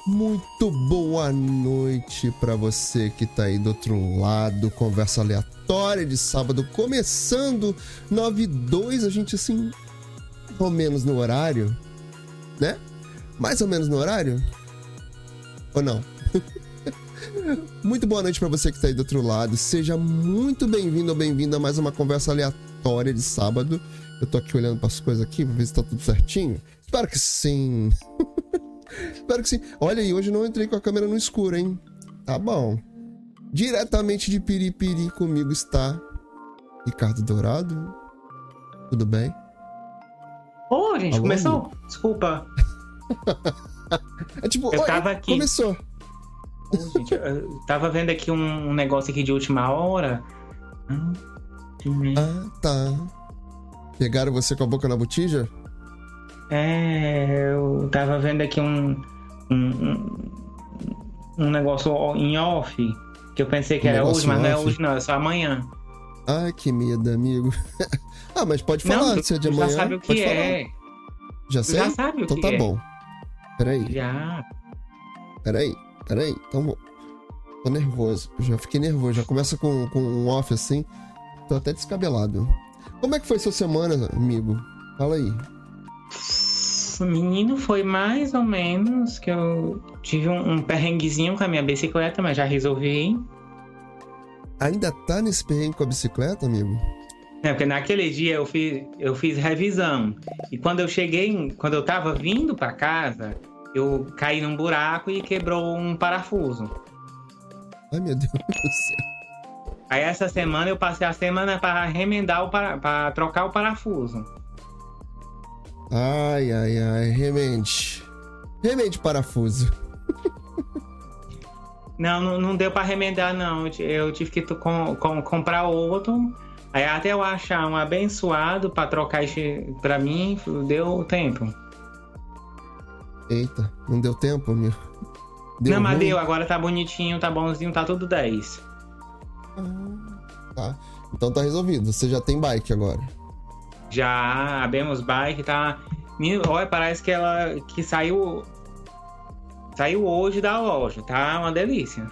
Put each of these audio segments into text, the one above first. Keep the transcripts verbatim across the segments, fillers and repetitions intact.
Muito boa noite pra você que tá aí do outro lado. Conversa aleatória de sábado, começando nove e dois, a gente assim, mais ou menos no horário, né? Mais ou menos no horário? Ou não? Muito boa noite pra você que tá aí do outro lado. Seja muito bem-vindo ou bem-vinda a mais uma conversa aleatória de sábado. Eu tô aqui olhando pras coisas aqui pra ver se tá tudo certinho. Espero que sim. Espero que sim. Olha aí, hoje não entrei com a câmera no escuro, hein? Tá bom. Diretamente de Piripiri comigo está Ricardo Dourado. Tudo bem? Ô, oh, gente, Alô, começou? amigo? Desculpa. É tipo, eu oi, tava aqui. Começou. Oh, gente, eu tava vendo aqui um negócio aqui de última hora. Ah, tá. Pegaram você com a boca na botija? É, eu tava vendo aqui um, um, um negócio em off, que eu pensei que Um era negócio hoje, mas não é off? hoje não, é só amanhã. Ai, que medo, amigo. Ah, mas pode falar, Não, se é de tu amanhã. já sabe o pode que é. falar. Já Tu sei? já sabe o então que tá é. bom. Peraí, Já. peraí, peraí. Então, tô nervoso. Já fiquei nervoso. Já começa com, com um off assim. Tô até descabelado. Como é que foi sua semana, amigo? Fala aí. Menino, foi mais ou menos que eu tive um, um perrenguezinho com a minha bicicleta, mas já resolvi. Ainda tá nesse perrengue com a bicicleta, amigo? É, porque naquele dia eu fiz, eu fiz revisão. E quando eu cheguei, quando eu tava vindo pra casa, eu caí num buraco e quebrou um parafuso. Ai, meu Deus do céu. Aí essa semana eu passei a semana pra remendar o para, pra trocar o parafuso. Ai, ai, ai. Remende. Remende parafuso. Não, não, não deu pra remendar, não. Eu tive que com, com, comprar outro. Aí até eu achar um abençoado pra trocar esse pra mim, deu tempo. Eita, não deu tempo, amigo? Deu não, mas ruim? deu. Agora tá bonitinho, tá bonzinho, tá tudo dez. Ah, tá. Então tá resolvido. Você já tem bike agora. Já abemos bike, tá... Olha, parece que ela que saiu... Saiu hoje da loja, tá uma delícia.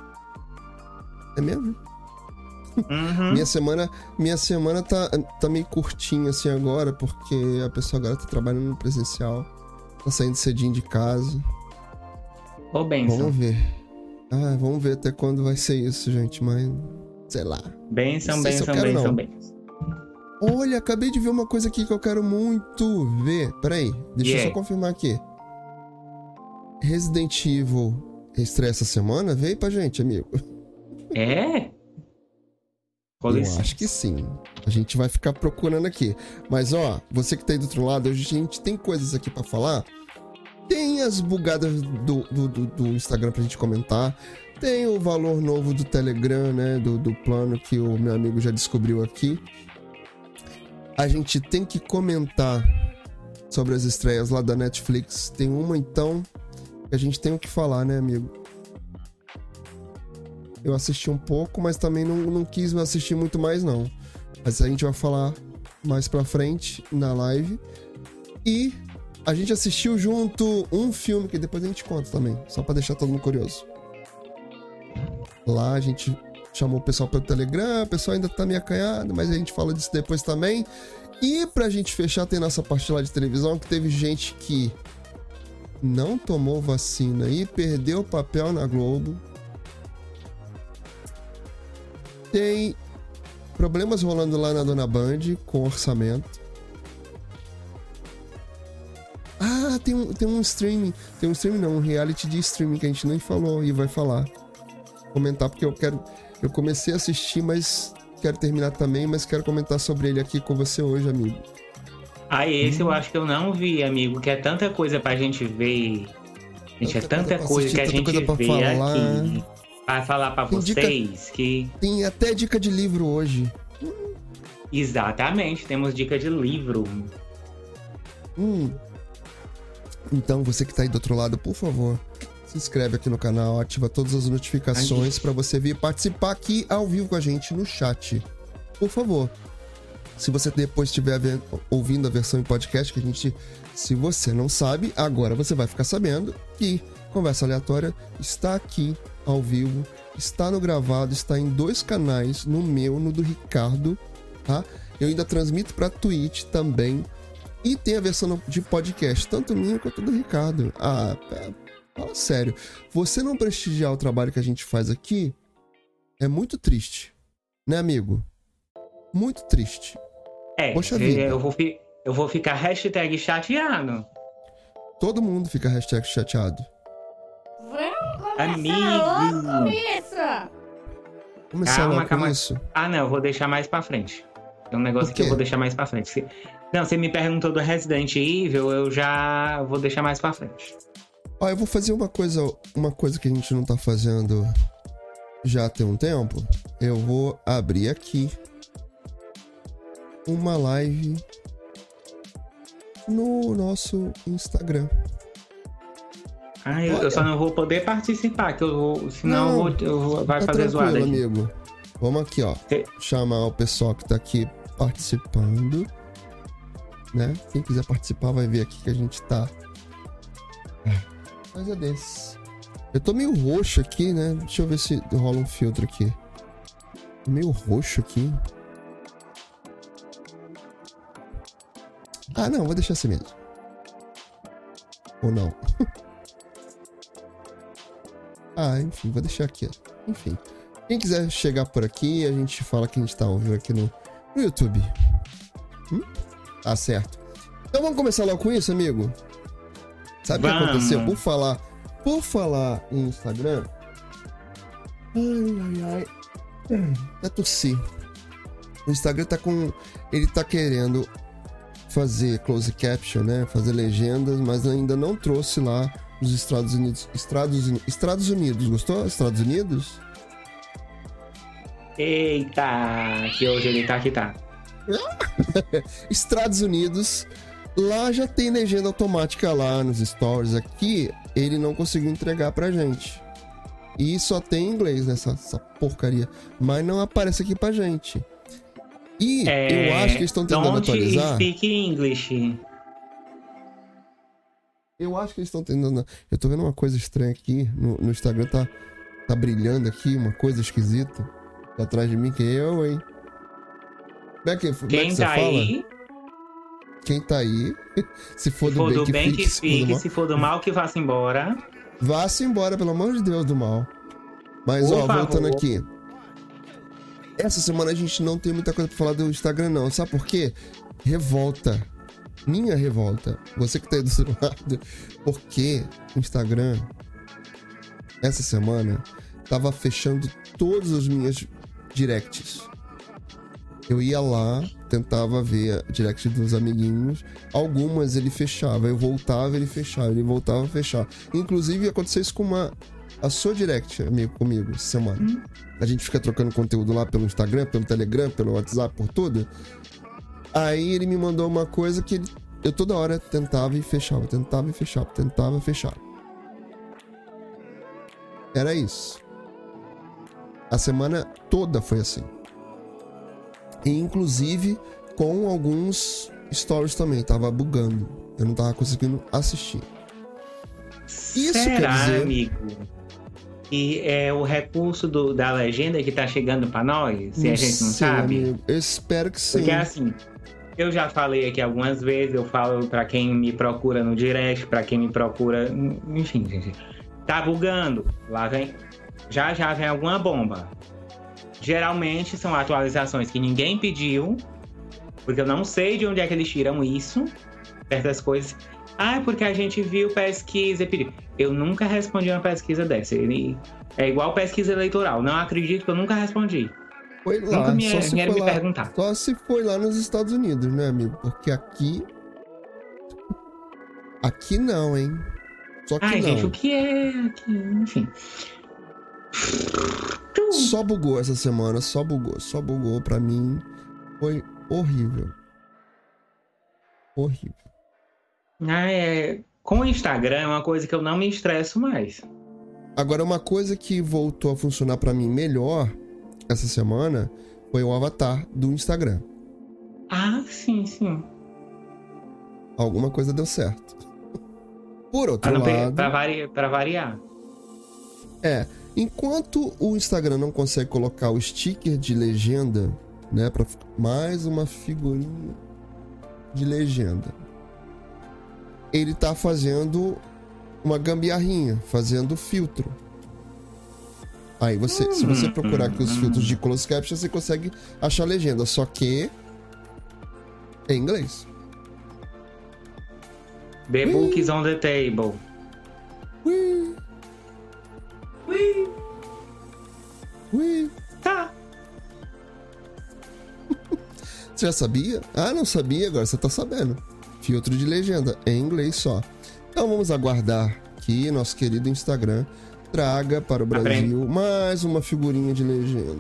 É mesmo? Uhum. Minha semana, minha semana tá, tá meio curtinha assim agora, porque a pessoa agora tá trabalhando no presencial. Tá saindo cedinho de casa. Ô, benção. Vamos ver. Ah, vamos ver até quando vai ser isso, gente, mas... Sei lá. Benção, sei se benção, eu quero, benção, não. benção. Olha, acabei de ver uma coisa aqui que eu quero muito ver. Peraí, deixa Yeah. eu só confirmar aqui. Resident Evil estreia essa semana? Veio pra gente, amigo. É? Com Eu licença. acho que sim. A gente vai ficar procurando aqui. Mas, ó, você que tá aí do outro lado, hoje a gente tem coisas aqui pra falar. Tem as bugadas do, do, do, do Instagram pra gente comentar. Tem o valor novo do Telegram, né? Do, do plano que o meu amigo já descobriu aqui. A gente tem que comentar sobre as estreias lá da Netflix. Tem uma, então, que a gente tem o que falar, né, amigo? Eu assisti um pouco, mas também não, não quis assistir muito mais, não. Mas a gente vai falar mais pra frente na live. E a gente assistiu junto um filme que depois a gente conta também, só pra deixar todo mundo curioso. Lá a gente chamou o pessoal pelo Telegram, o pessoal ainda tá meio acanhado, mas a gente fala disso depois também. E pra gente fechar, tem nossa parte lá de televisão, que teve gente que não tomou vacina e perdeu o papel na Globo. Tem problemas rolando lá na Dona Band com orçamento. Ah, tem um, tem um streaming. Tem um streaming não, um reality de streaming que a gente nem falou e vai falar. Comentar porque eu quero... Eu comecei a assistir, mas quero terminar também, mas quero comentar sobre ele aqui com você hoje, amigo. Ah, esse hum. eu acho que eu não vi, amigo, que é tanta coisa pra gente ver. Gente, é tanta coisa que a gente vê aqui. Pra falar pra tem vocês dica, que... Tem até dica de livro hoje. Exatamente, temos dica de livro. Hum. Então, você que tá aí do outro lado, por favor, se inscreve aqui no canal, ativa todas as notificações para você vir participar aqui ao vivo com a gente no chat. Por favor. Se você depois estiver ouvindo a versão em podcast, que a gente, se você não sabe, agora você vai ficar sabendo que Conversa Aleatória está aqui ao vivo, está no gravado, está em dois canais, no meu, no do Ricardo, tá? Eu ainda transmito para Twitch também. E tem a versão de podcast, tanto minha quanto do Ricardo. Ah, é, fala sério. Você não prestigiar o trabalho que a gente faz aqui é muito triste. Né, amigo? Muito triste. É, Poxa vida. Eu vou, fi, eu vou ficar hashtag chateado. Todo mundo fica hashtag chateado. Vamos começar Amigo. logo com isso. Começar Calma, logo com calma. isso. Ah, não, eu vou deixar mais pra frente. Tem um negócio Por que eu quê? vou deixar mais pra frente. Se- Não, você me perguntou do Resident Evil, eu já vou deixar mais pra frente. Ó, eu vou fazer uma coisa, uma coisa que a gente não tá fazendo já tem um tempo. Eu vou abrir aqui uma live no nosso Instagram. Ah, eu, Olha. eu só não vou poder participar, que eu vou, senão Não, eu vou, eu vou- vai Tá fazer zoada tranquilo, aqui. amigo. Vamos aqui, ó. Cê- Chamar o pessoal que tá aqui participando, né? Quem quiser participar vai ver aqui que a gente tá. Mas é desse. Eu tô meio roxo aqui, né? Deixa eu ver se rola um filtro aqui. Tô meio roxo aqui. Ah, não, vou deixar assim mesmo. Ou não? Ah, enfim, vou deixar aqui. Ó. Enfim. Quem quiser chegar por aqui, a gente fala que a gente tá ao vivo aqui no, no YouTube. Hum? Tá certo. Então vamos começar logo com isso, amigo? Sabe o que Vamos. aconteceu? Por falar, por falar em Instagram... Ai, ai, ai. Até tossi. O Instagram tá com... Ele tá querendo fazer close caption, né? Fazer legendas, mas ainda não trouxe lá os Estados Unidos. Estados, Uni- Estados Unidos, gostou? Estados Unidos? Eita, que hoje ele tá aqui, tá. Estados Unidos, lá já tem legenda automática lá nos stories. Aqui, ele não conseguiu entregar pra gente. E só tem em inglês nessa essa porcaria. Mas não aparece aqui pra gente. E É, eu acho que eles estão tentando don't atualizar. speak English. Eu acho que eles estão tentando. Eu tô vendo uma coisa estranha aqui. No, no Instagram tá, tá brilhando aqui, uma coisa esquisita. Tá atrás de mim, que é eu, hein? Como é que, como é Quem que você tá fala? aí, Quem tá aí? Se for se do for bem, do que bem fique. que Se for do fique, mal, se for do mal que vá-se embora. vá-se embora, pelo amor de Deus, do mal. Mas, Por ó, favor. voltando aqui. Essa semana a gente não tem muita coisa pra falar do Instagram, não. Sabe por quê? Revolta. Minha revolta. Você que tá aí do outro lado. Porque o Instagram, essa semana, tava fechando todas as minhas directs. Eu ia lá, tentava ver a direct dos amiguinhos. Algumas ele fechava, eu voltava, ele fechava, ele voltava a fechar. Inclusive, aconteceu isso com uma... a sua direct, amigo, comigo, essa semana. Hum. A gente fica trocando conteúdo lá pelo Instagram, pelo Telegram, pelo WhatsApp, por tudo. Aí ele me mandou uma coisa que ele, eu toda hora tentava e fechava, tentava e fechava, tentava e fechava. Era isso. A semana toda foi assim. E inclusive com alguns stories também, tava bugando. Eu não tava conseguindo assistir. Isso Será, quer dizer- amigo? E é o recurso do, da legenda que tá chegando pra nós, se a gente não sei, sabe? amigo. Eu espero que sim. Porque assim, eu já falei aqui algumas vezes, eu falo pra quem me procura no direct, pra quem me procura, enfim, gente. Tá bugando, lá vem, já já vem alguma bomba. Geralmente são atualizações que ninguém pediu, porque eu não sei de onde é que eles tiram isso, certas coisas. Ah, porque a gente viu pesquisa e pediu. Eu nunca respondi uma pesquisa dessa. Ele é igual pesquisa eleitoral. Não acredito que eu nunca respondi. Foi lá, Nunca me, só se vieram foi me lá. perguntar. Só se foi lá nos Estados Unidos, né, amigo? Porque aqui... Aqui não, hein? Só que Ai, não. gente, o que é aqui? Enfim. Só bugou essa semana, só bugou. Só bugou pra mim. Foi horrível. Horrível. Ah, é... Com o Instagram é uma coisa que eu não me estresso mais. Agora, uma coisa que voltou a funcionar pra mim melhor essa semana foi o avatar do Instagram. Ah, sim, sim. Alguma coisa deu certo. Por outro Pra, não pe- lado... pra, vari... pra variar. É, enquanto o Instagram não consegue colocar o sticker de legenda, né, para mais uma figurinha de legenda, ele tá fazendo uma gambiarrinha, fazendo filtro. Aí você, uhum, se você procurar aqui os uhum. filtros de closed caption, você consegue achar a legenda, só que em inglês. The Ui. book is on the table. Ui. Ui. Ui. Tá. Você já sabia? Ah, não sabia, agora você tá sabendo. Filtro de legenda, em inglês só. Então vamos aguardar que nosso querido Instagram traga para o Brasil Aprende. mais uma figurinha de legenda.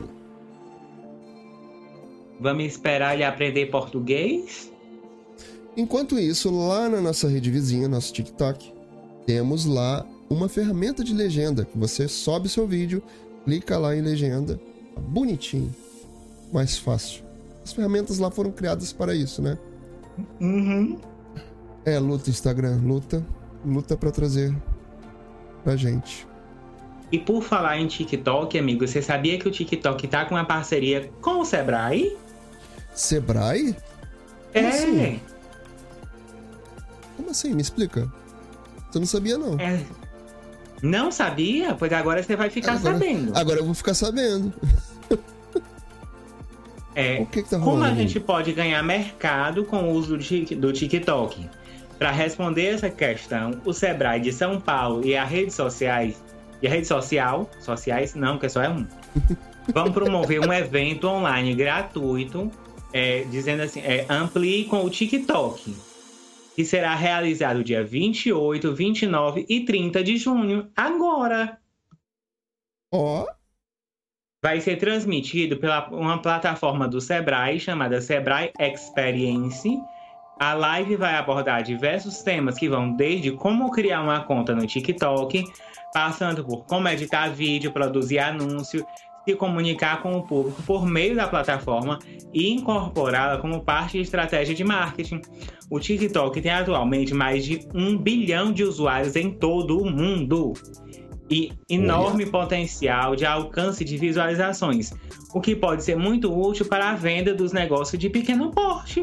Vamos esperar ele aprender português? Enquanto isso, lá na nossa rede vizinha, nosso TikTok, temos lá uma ferramenta de legenda, que você sobe seu vídeo, clica lá em legenda, bonitinho, mais fácil. As ferramentas lá foram criadas para isso, né? Uhum. É, luta, Instagram, luta, luta para trazer pra gente. E por falar em TikTok, amigo, você sabia que o TikTok tá com uma parceria com o Sebrae? Sebrae? É. Como assim? Como assim? Me explica. Você não sabia, não. É. Não sabia? Pois agora você vai ficar agora, sabendo. Agora eu vou ficar sabendo. É, o que que tá como rolando? a gente pode ganhar mercado com o uso do TikTok? Para responder essa questão, o Sebrae de São Paulo e a rede sociais, e a rede social, sociais não, porque só é um, vão promover um evento online gratuito, é, dizendo assim, é, amplie com o TikTok, que será realizado dia vinte e oito, vinte e nove e trinta de junho, agora. Ó. Oh. Vai ser transmitido pela uma plataforma do Sebrae chamada Sebrae Experience. A live vai abordar diversos temas que vão desde como criar uma conta no TikTok, passando por como editar vídeo, produzir anúncio, se comunicar com o público por meio da plataforma e incorporá-la como parte de estratégia de marketing. O TikTok tem atualmente mais de um bilhão de usuários em todo o mundo e enorme Olha. potencial de alcance de visualizações, o que pode ser muito útil para a venda dos negócios de pequeno porte.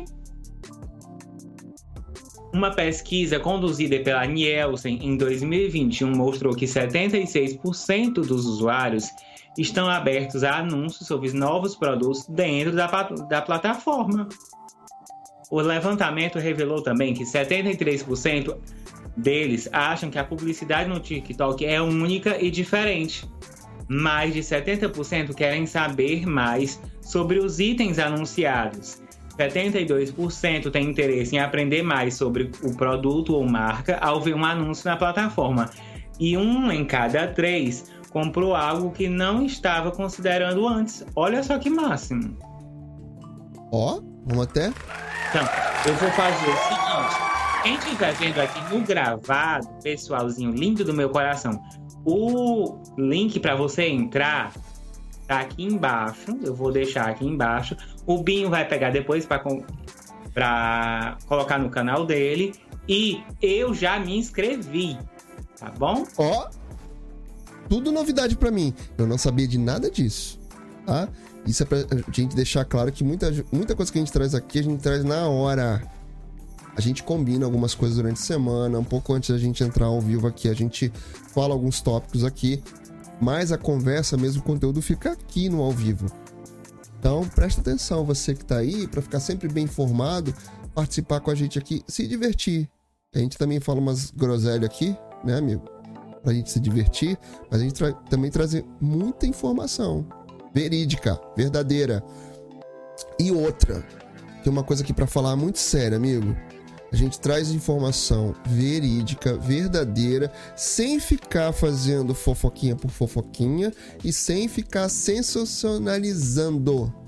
Uma pesquisa conduzida pela Nielsen em dois mil e vinte e um mostrou que setenta e seis por cento dos usuários estão abertos a anúncios sobre novos produtos dentro da, da plataforma. O levantamento revelou também que setenta e três por cento deles acham que a publicidade no TikTok é única e diferente. Mais de setenta por cento querem saber mais sobre os itens anunciados. setenta e dois por cento têm interesse em aprender mais sobre o produto ou marca ao ver um anúncio na plataforma. E um em cada três comprou algo que não estava considerando antes. Olha só que máximo. Ó, oh, vamos até... Então, eu vou fazer o seguinte. Quem estiver vendo aqui no gravado, pessoalzinho lindo do meu coração, o link para você entrar tá aqui embaixo. Eu vou deixar aqui embaixo. O Binho vai pegar depois para colocar no canal dele. E eu já me inscrevi, tá bom? Ó, tudo novidade para mim. Eu não sabia de nada disso, tá? Isso é pra gente deixar claro que muita, muita coisa que a gente traz aqui, a gente traz na hora. A gente combina algumas coisas durante a semana, um pouco antes da gente entrar ao vivo aqui, a gente fala alguns tópicos aqui, mas a conversa, mesmo o conteúdo, fica aqui no ao vivo. Então, presta atenção, você que tá aí, para ficar sempre bem informado, participar com a gente aqui, se divertir. A gente também fala umas groselhas aqui, né, amigo? Pra gente se divertir, mas a gente tra- também trazer muita informação verídica, verdadeira. E outra, tem uma coisa aqui para falar muito séria, amigo. A gente traz informação verídica, verdadeira, sem ficar fazendo fofoquinha por fofoquinha e sem ficar sensacionalizando.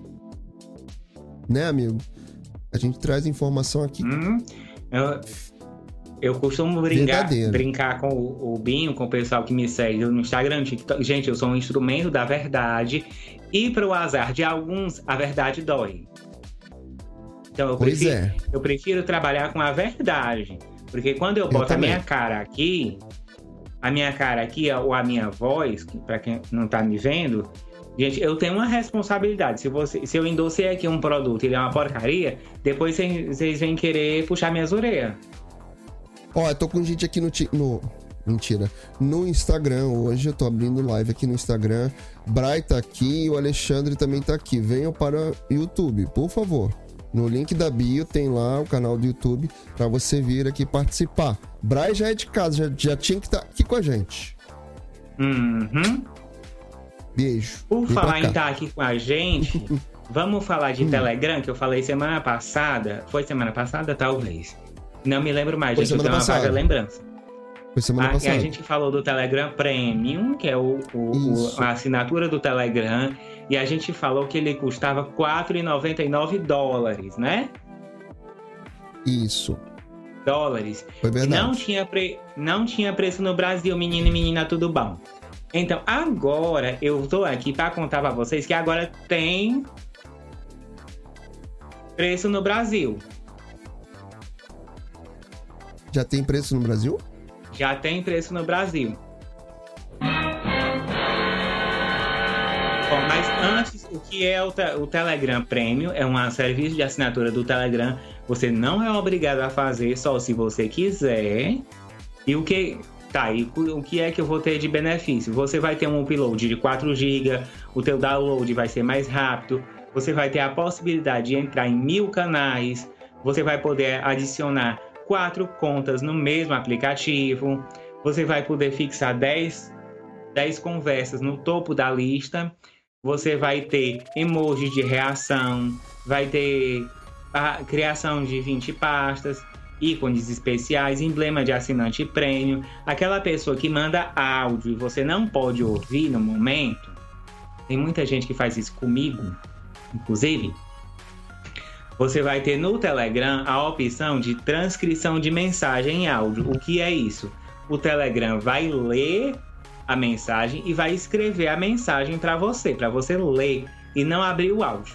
Né, amigo? A gente traz informação aqui. Hum, eu, eu costumo brincar, brincar com o, o Binho, com o pessoal que me segue no Instagram, no TikTok. Gente, eu sou um instrumento da verdade e, para o azar de alguns, a verdade dói. Então eu Pois prefiro, é. eu prefiro trabalhar com a verdade. Porque quando eu Eu boto a também. minha cara aqui, a minha cara aqui, ou a minha voz, para quem não tá me vendo, gente, eu tenho uma responsabilidade. Se, você, se eu endossei aqui um produto e ele é uma porcaria, depois vocês vêm querer puxar minhas orelhas. Ó, eu tô com gente aqui no, ti- no... Mentira. No Instagram, hoje eu tô abrindo live aqui no Instagram. Brai tá aqui e o Alexandre também tá aqui. Venham para o YouTube, por favor. No link da bio tem lá o canal do YouTube pra você vir aqui participar. Brai já é de casa, já, já tinha que estar aqui com a gente. Uhum. Beijo. Por Vem pra falar em cá. estar aqui com a gente, vamos falar de Hum. Telegram, que eu falei semana passada. Foi semana passada, talvez. Não me lembro mais, Foi gente. Eu tenho semana uma vaga passada. lembrança. Foi semana Ah, e passada. a gente falou do Telegram Premium, que é o, o- o- Isso. a assinatura do Telegram. E a gente falou que ele custava quatro reais e noventa e nove dólares, né? Isso. Dólares. Foi E verdade. não tinha, pre... não tinha preço no Brasil, menino e menina, tudo bom. Então, agora eu tô aqui para contar para vocês que agora tem preço no Brasil. Já tem preço no Brasil? Já tem preço no Brasil. Bom, mas antes, o que é o, te- o Telegram Premium? É um serviço de assinatura do Telegram. Você não é obrigado a fazer, só se você quiser. E o que... Tá, e o que é que eu vou ter de benefício? Você vai ter um upload de quatro gigas, o teu download vai ser mais rápido, você vai ter a possibilidade de entrar em mil canais, você vai poder adicionar quatro contas no mesmo aplicativo, você vai poder fixar dez, dez conversas no topo da lista, você vai ter emoji de reação, vai ter a criação de vinte pastas, ícones especiais, emblema de assinante prêmio, aquela pessoa que manda áudio e você não pode ouvir no momento. Tem muita gente que faz isso comigo, inclusive. Você vai ter no Telegram a opção de transcrição de mensagem em áudio. O que é isso? O Telegram vai ler a mensagem e vai escrever a mensagem para você, para você ler e não abrir o áudio.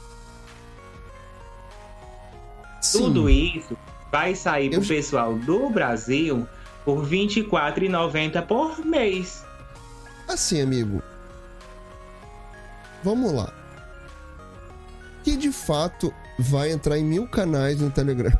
Sim. Tudo isso vai sair para o Eu- pessoal do Brasil por vinte e quatro reais e noventa centavos por mês. Assim, amigo. Vamos lá. Que de fato vai entrar em mil canais no Telegram.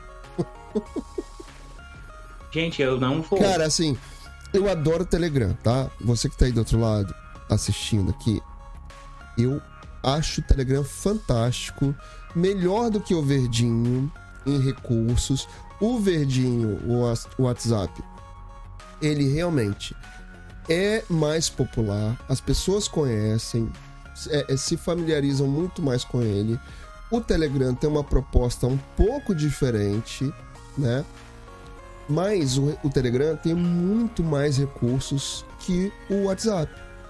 Gente, eu não vou. Cara, assim, eu adoro o Telegram, tá? Você que tá aí do outro lado assistindo aqui, eu acho o Telegram fantástico, melhor do que o Verdinho em recursos. O Verdinho, o Whats- o WhatsApp, ele realmente é mais popular, as pessoas conhecem, é, é, se familiarizam muito mais com ele. O Telegram tem uma proposta um pouco diferente, né? Mas o, o Telegram tem muito mais recursos que o WhatsApp.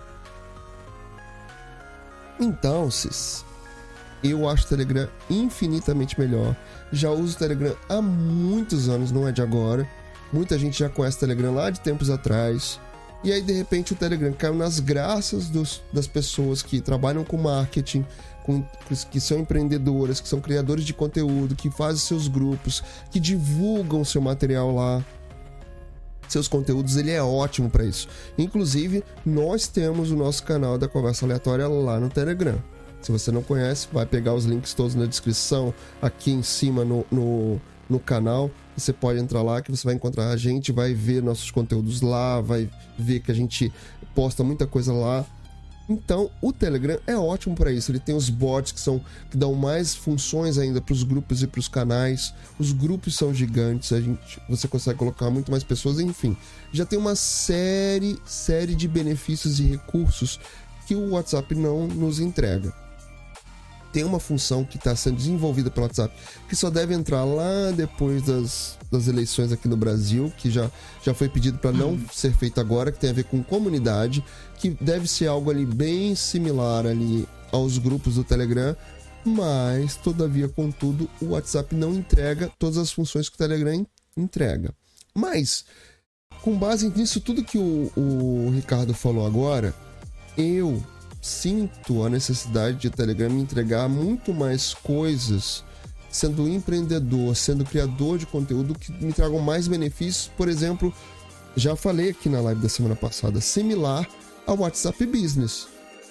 Então, Cis, eu acho o Telegram infinitamente melhor. Já uso o Telegram há muitos anos, não é de agora. Muita gente já conhece o Telegram lá de tempos atrás. E aí, de repente, o Telegram caiu nas graças dos, das pessoas que trabalham com marketing, com, que são empreendedoras, que são criadores de conteúdo, que fazem seus grupos, que divulgam seu material lá. Seus conteúdos, ele é ótimo para isso. Inclusive, nós temos o nosso canal da Conversa Aleatória lá no Telegram. Se você não conhece, vai pegar os links todos na descrição, aqui em cima no, no, no canal. Você pode entrar lá que você vai encontrar a gente, vai ver nossos conteúdos lá, vai ver que a gente posta muita coisa lá. Então, o Telegram é ótimo para isso. Ele tem os bots que são que dão mais funções ainda para os grupos e para os canais. Os grupos são gigantes, a gente, você consegue colocar muito mais pessoas, enfim. Já tem uma série, série de benefícios e recursos que o WhatsApp não nos entrega. Tem uma função que está sendo desenvolvida pelo WhatsApp, que só deve entrar lá depois das, das eleições aqui no Brasil, que já, já foi pedido para não ser feito agora, que tem a ver com comunidade, que deve ser algo ali bem similar ali aos grupos do Telegram, mas, todavia, contudo, o WhatsApp não entrega todas as funções que o Telegram entrega. Mas, com base nisso tudo que o, o Ricardo falou agora, eu sinto a necessidade de Telegram me entregar muito mais coisas sendo empreendedor, sendo criador de conteúdo que me tragam mais benefícios. Por exemplo, já falei aqui na live da semana passada, similar ao WhatsApp Business.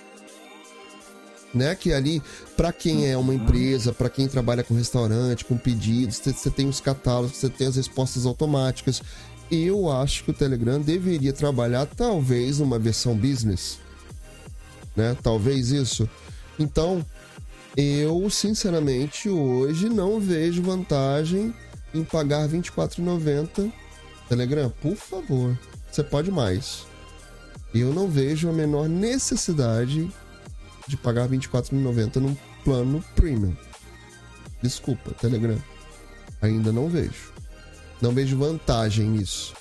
Né? Que ali, para quem é uma empresa, para quem trabalha com restaurante, com pedidos, você tem os catálogos, você tem as respostas automáticas. Eu acho que o Telegram deveria trabalhar talvez numa versão business, né? Talvez isso. Então, eu sinceramente hoje não vejo vantagem em pagar vinte e quatro reais e noventa centavos. Telegram, por favor, você pode mais. Eu não vejo a menor necessidade de pagar vinte e quatro reais e noventa centavos num plano premium. Desculpa, Telegram. Ainda não vejo. Não vejo vantagem nisso.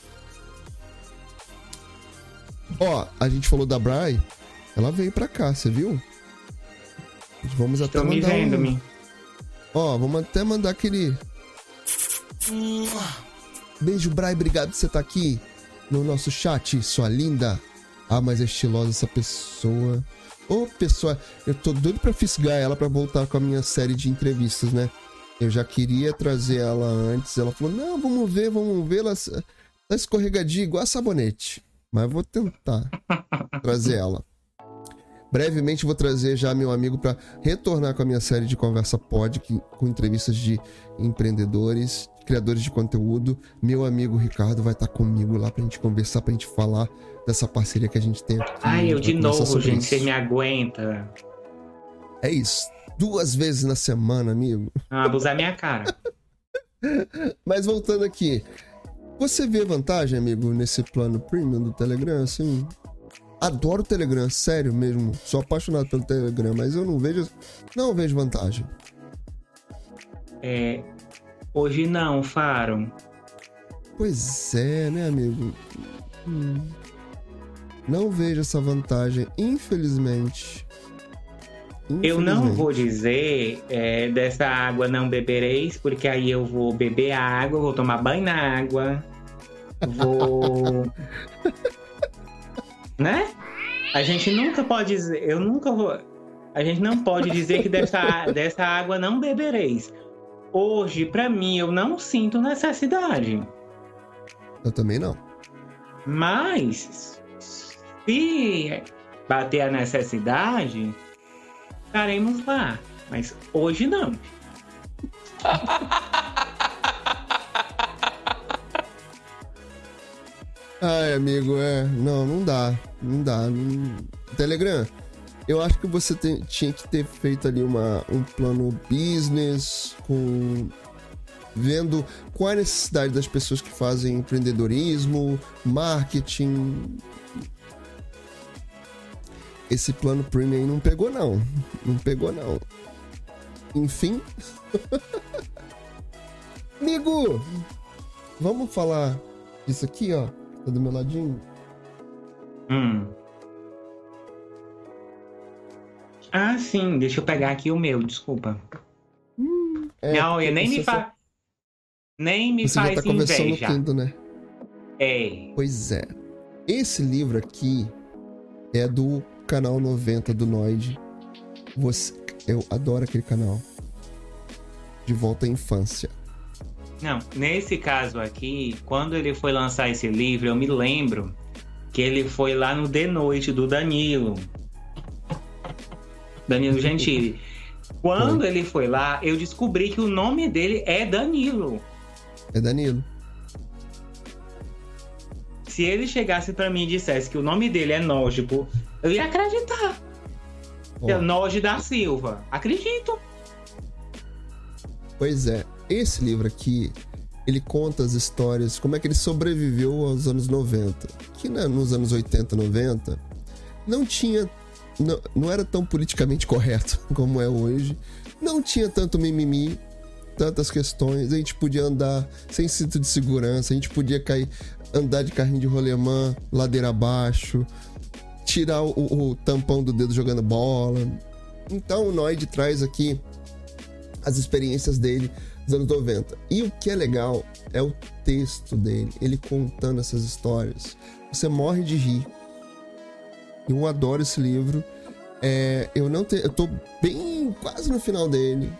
Ó, a gente falou da Brai. Ela veio pra cá, você viu? Vamos até Tô mandar me vendo, um... me. Ó, vamos até mandar aquele... Beijo, Brai. Obrigado por você estar aqui no nosso chat, sua linda. Ah, mas é estilosa essa pessoa. Ô, pessoa, eu tô doido pra fisgar ela pra voltar com a minha série de entrevistas, né? Eu já queria trazer ela antes. Ela falou, não, vamos ver, vamos ver. Ela tá escorregadia igual a sabonete. Mas eu vou tentar trazer ela. Brevemente vou trazer já meu amigo para retornar com a minha série de Conversa Pod, que, com entrevistas de empreendedores, criadores de conteúdo. Meu amigo Ricardo vai estar comigo lá pra gente conversar, pra gente falar dessa parceria que a gente tem aqui. Ai, eu de novo, gente, isso. você me aguenta. É isso. Duas vezes na semana, amigo. Ah, abusar minha cara. Mas voltando aqui, você vê vantagem, amigo, nesse plano premium do Telegram, assim? Adoro o Telegram, sério mesmo. Sou apaixonado pelo Telegram, mas eu não vejo, não vejo vantagem. É, hoje não, Faro. Pois é, né, amigo? Hum. Não vejo essa vantagem, infelizmente. Eu não vou dizer é, dessa água não bebereis, porque aí eu vou beber a água, vou tomar banho na água, vou... né? A gente nunca pode dizer, eu nunca vou... A gente não pode dizer que dessa, dessa água não bebereis. Hoje, pra mim, eu não sinto necessidade. Eu também não. Mas, se bater a necessidade... estaremos lá, mas hoje não. Ai, amigo, é... Não, não dá. Não dá. Não... Telegram, eu acho que você tem, tinha que ter feito ali uma, um plano business, com... vendo qual é a necessidade das pessoas que fazem empreendedorismo, marketing... Esse plano premium aí não pegou, não. Não pegou, não. Enfim. Amigo! Vamos falar disso aqui, ó. Tá do meu ladinho. Hum. Ah, sim. Deixa eu pegar aqui o meu, desculpa. Hum, é, não, eu nem me faz... Só... Nem me você faz já tá com a versão inveja. no Kindle, né? É. Pois é. Esse livro aqui é do canal noventa do Noid. Você... Eu adoro aquele canal. De volta à infância. Não, nesse caso aqui, quando ele foi lançar esse livro, eu me lembro que ele foi lá no The Noite do Danilo. Danilo Gentili. Quando foi. Ele foi lá, eu descobri que o nome dele é Danilo. É Danilo. Se ele chegasse pra mim e dissesse que o nome dele é Nógico, eu ia acreditar. Oh. É Noge da Silva. Acredito. Pois é. Esse livro aqui, ele conta as histórias, como é que ele sobreviveu aos anos noventa. Que né, nos anos oitenta, noventa, não tinha... Não, não era tão politicamente correto como é hoje. Não tinha tanto mimimi, tantas questões. A gente podia andar sem cinto de segurança, a gente podia cair, andar de carrinho de rolemã, ladeira abaixo, tirar o, o tampão do dedo jogando bola. Então o Noid traz aqui as experiências dele dos anos noventa. E o que é legal é o texto dele, ele contando essas histórias. Você morre de rir. Eu adoro esse livro. É, eu não te, eu tô bem quase no final dele.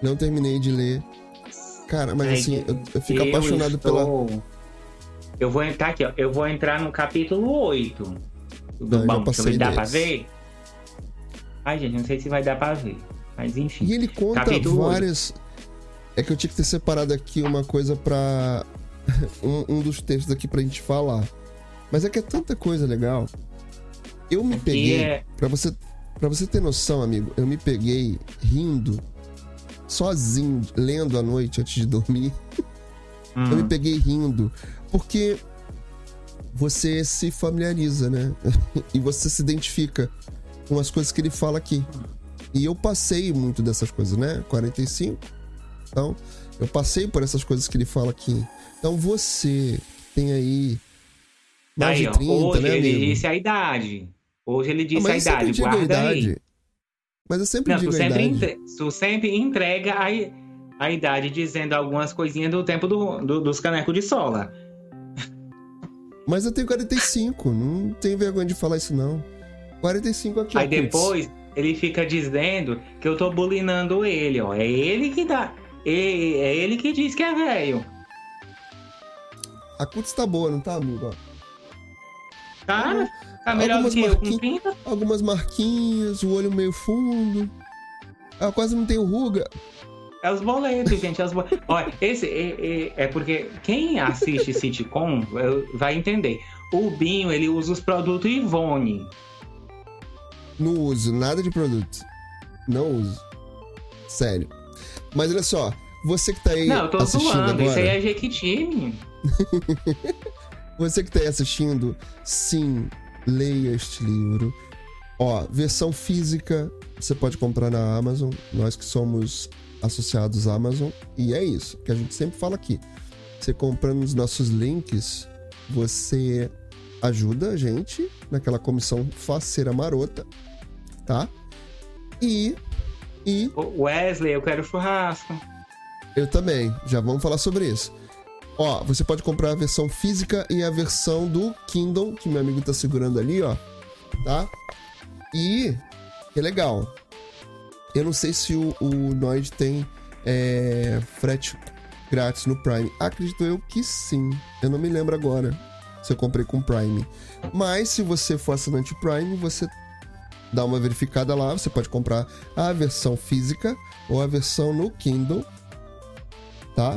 Não terminei de ler. Cara, mas Ai, assim, eu, eu fico eu apaixonado estou... pela... Eu vou entrar aqui, ó. Eu vou entrar no capítulo oito. Tudo Não, eu já bom? Deixa eu passei ver, dá pra desse. ver? Ai, gente, não sei se vai dar pra ver. Mas enfim. E ele conta Capítulo várias... É que eu tinha que ter separado aqui uma coisa pra... um, um dos textos aqui pra gente falar. Mas é que é tanta coisa legal. Eu me Aqui peguei... é- Pra, você, pra você ter noção, amigo, eu me peguei rindo, sozinho, lendo à noite antes de dormir. Hum. Eu me peguei rindo, porque você se familiariza, né? E você se identifica com as coisas que ele fala aqui. E eu passei muito dessas coisas, né? quarenta e cinco. Então, eu passei por essas coisas que ele fala aqui. Então, você tem aí mais Aí, de ó, trinta, hoje né, ele amigo? disse a idade. Hoje ele Ah, disse mas a eu sempre idade. digo a Guarda idade. aí. Mas eu sempre Não, digo tu a sempre, idade. entre... tu sempre entrega a, i- a idade dizendo algumas coisinhas do tempo do, do- dos canecos de sola. Mas eu tenho quarenta e cinco, não tenho vergonha de falar isso, não. quarenta e cinco aqui, Aí ó, Putz. depois ele fica dizendo que eu tô bulinando ele, ó. É ele que dá. É, é ele que diz que é velho. A Cuts tá boa, não tá, amigo? Ó. Cara, tá melhor do Algumas que eu com marquinhas- trinta. Algumas marquinhas, o olho meio fundo. Ah, quase não tenho ruga. É os boletos, gente. É os boletos. Olha, esse é, é- é porque quem assiste sitcom eu- vai entender. O Binho, ele usa os produtos Ivone. Não uso nada de produto. Não uso. Sério. Mas olha só, você que tá aí Não, eu tô assistindo zoando. Isso aí agora, é Jequiti, menino. você que tá aí assistindo, sim, leia este livro. Ó, versão física, você pode comprar na Amazon. Nós que somos associados à Amazon. E é isso que a gente sempre fala aqui. Você comprando os nossos links, você ajuda a gente naquela comissão faceira marota, tá? E... E Ô, Wesley, eu quero churrasco. eu também. Já vamos falar sobre isso. Ó, você pode comprar a versão física e a versão do Kindle, que meu amigo tá segurando ali, ó. Tá? E... que legal. Eu não sei se o, o Noid tem é, frete grátis no Prime. Acredito eu que sim. Eu não me lembro agora se eu comprei com Prime. Mas se você for assinante Prime, você dá uma verificada lá. Você pode comprar a versão física ou a versão no Kindle. Tá?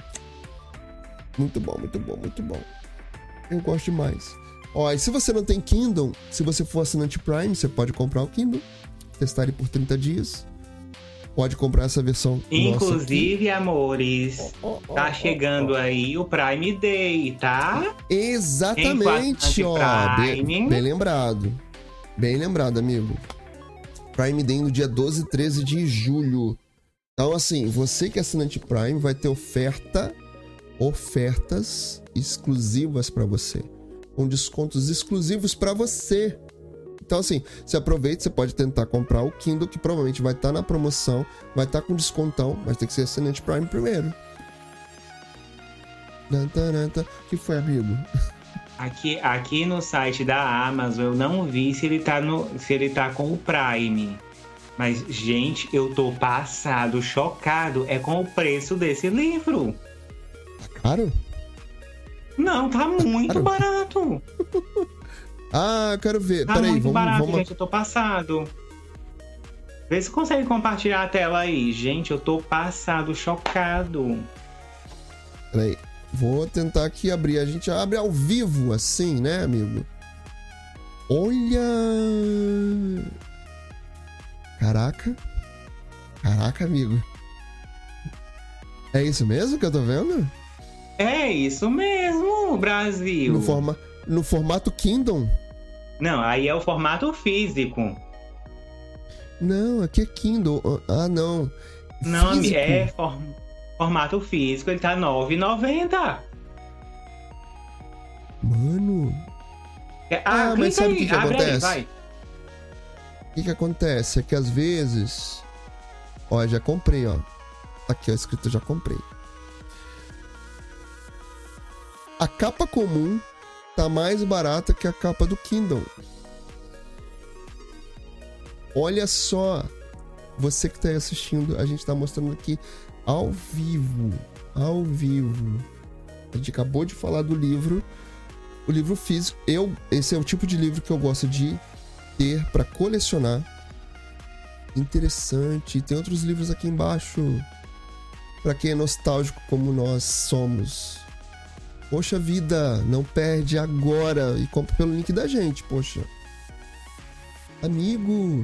Muito bom, muito bom, muito bom. Eu gosto demais. Ó, e se você não tem Kindle, se você for assinante Prime, você pode comprar o Kindle. Testar ele por trinta dias. Pode comprar essa versão. Inclusive, amores, Oh, oh, tá oh, chegando oh. aí o Prime Day, tá? Exatamente, Em ó. Prime. Bem, bem lembrado. Bem lembrado, amigo. Prime Day no dia doze e treze de julho. Então, assim, você que é assinante Prime vai ter oferta, ofertas exclusivas pra você. Com descontos exclusivos pra você. Então, assim, você aproveita, você pode tentar comprar o Kindle, que provavelmente vai estar na promoção, vai estar com descontão, mas tem que ser assinante Prime primeiro. O que foi, amigo? Aqui, aqui no site da Amazon eu não vi se ele tá, no, se ele tá com o Prime. Mas, gente, eu tô passado, chocado. É com o preço desse livro. Tá caro? Não, tá muito Caro? barato. Ah, eu quero ver. Tá Peraí, muito vamos... barato, vamos... gente. Eu tô passado. Vê se consegue compartilhar a tela aí. Gente, eu tô passado, chocado. Peraí. Vou tentar aqui abrir. A gente abre ao vivo, assim, né, amigo? Olha... Caraca. Caraca, amigo. É isso mesmo que eu tô vendo? É isso mesmo, Brasil. No, forma... no formato Kindle? Não, aí é o formato físico. Não, aqui é Kindle. Ah, não. Não, Físico. é for... formato físico, ele tá nove reais e noventa centavos. Mano, Ah, Ah, mas clica sabe o aí, que que abre aí, acontece? vai. o que que acontece? É que às vezes... Ó, já comprei, ó. Aqui, ó, escrito já comprei. A capa comum tá mais barata que a capa do Kindle. Olha só. Você que tá aí assistindo, a gente tá mostrando aqui ao vivo. Ao vivo. A gente acabou de falar do livro. O livro físico. Eu, esse é o tipo de livro que eu gosto de ter pra colecionar. Interessante. Tem outros livros aqui embaixo. Pra quem é nostálgico como nós somos. Poxa vida, não perde agora. E compra pelo link da gente, poxa. Amigo.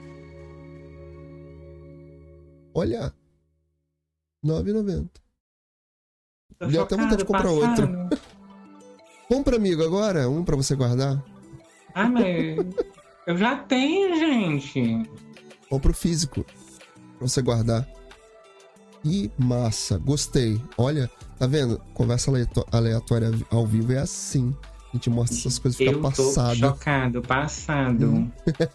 Olha. nove reais e noventa centavos. Deu até vontade de comprar passado. outro. Compra, amigo, agora. Um pra você guardar. Ah, mas eu já tenho, gente. Compra o físico. Pra você guardar. Ih, massa. Gostei. Olha, tá vendo? Conversa aleatória ao vivo é assim. A gente mostra essas coisas e fica passado. Eu tô chocado, passado. Hum.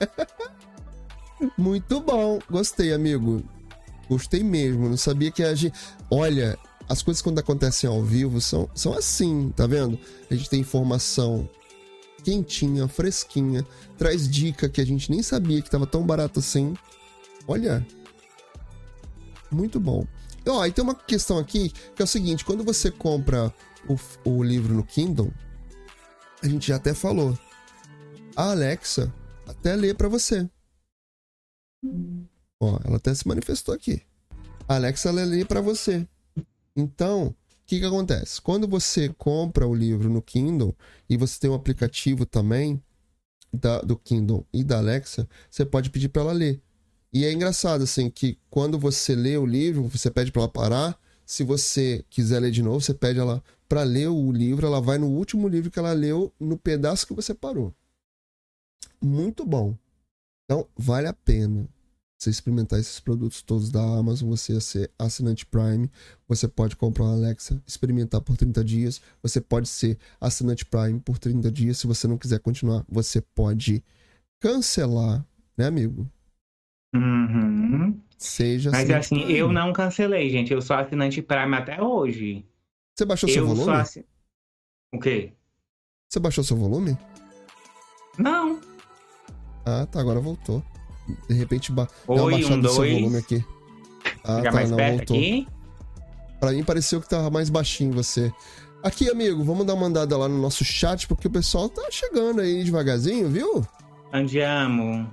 Muito bom. Gostei, amigo. Gostei mesmo. Não sabia que a gente... Olha, as coisas quando acontecem ao vivo são, são assim, tá vendo? A gente tem informação quentinha, fresquinha. Traz dica que a gente nem sabia que tava tão barato assim. Olha. Muito bom. Ó, e tem uma questão aqui que é o seguinte, quando você compra o, o livro no Kindle, a gente já até falou, a Alexa até lê pra você. Ó, ela até se manifestou aqui. A Alexa ela lê pra você. Então, o que que acontece? Quando você compra o livro no Kindle e você tem um aplicativo também da, do Kindle e da Alexa, você pode pedir pra ela ler. E é engraçado, assim, que quando você lê o livro, você pede pra ela parar. Se você quiser ler de novo, você pede ela pra ler o livro. Ela vai no último livro que ela leu, no pedaço que você parou. Muito bom. Então, vale a pena você experimentar esses produtos todos da Amazon. Você ser assinante Prime. Você pode comprar uma Alexa, experimentar por trinta dias. Você pode ser assinante Prime por trinta dias. Se você não quiser continuar, você pode cancelar, né, amigo? Uhum. Seja Mas assim, Prime. Eu não cancelei, gente. Eu sou assinante Prime até hoje. Você baixou eu seu volume? Sou assin... O quê? Você baixou seu volume? Não. Ah, tá. Agora voltou. De repente, ba... Oi, dá uma baixada um, no seu dois. volume aqui. Ah, Fica tá. mais Não, perto voltou. Aqui? Pra mim pareceu que tava mais baixinho você. Aqui, amigo, vamos dar uma andada lá no nosso chat, porque o pessoal tá chegando aí devagarzinho, viu? Andiamo.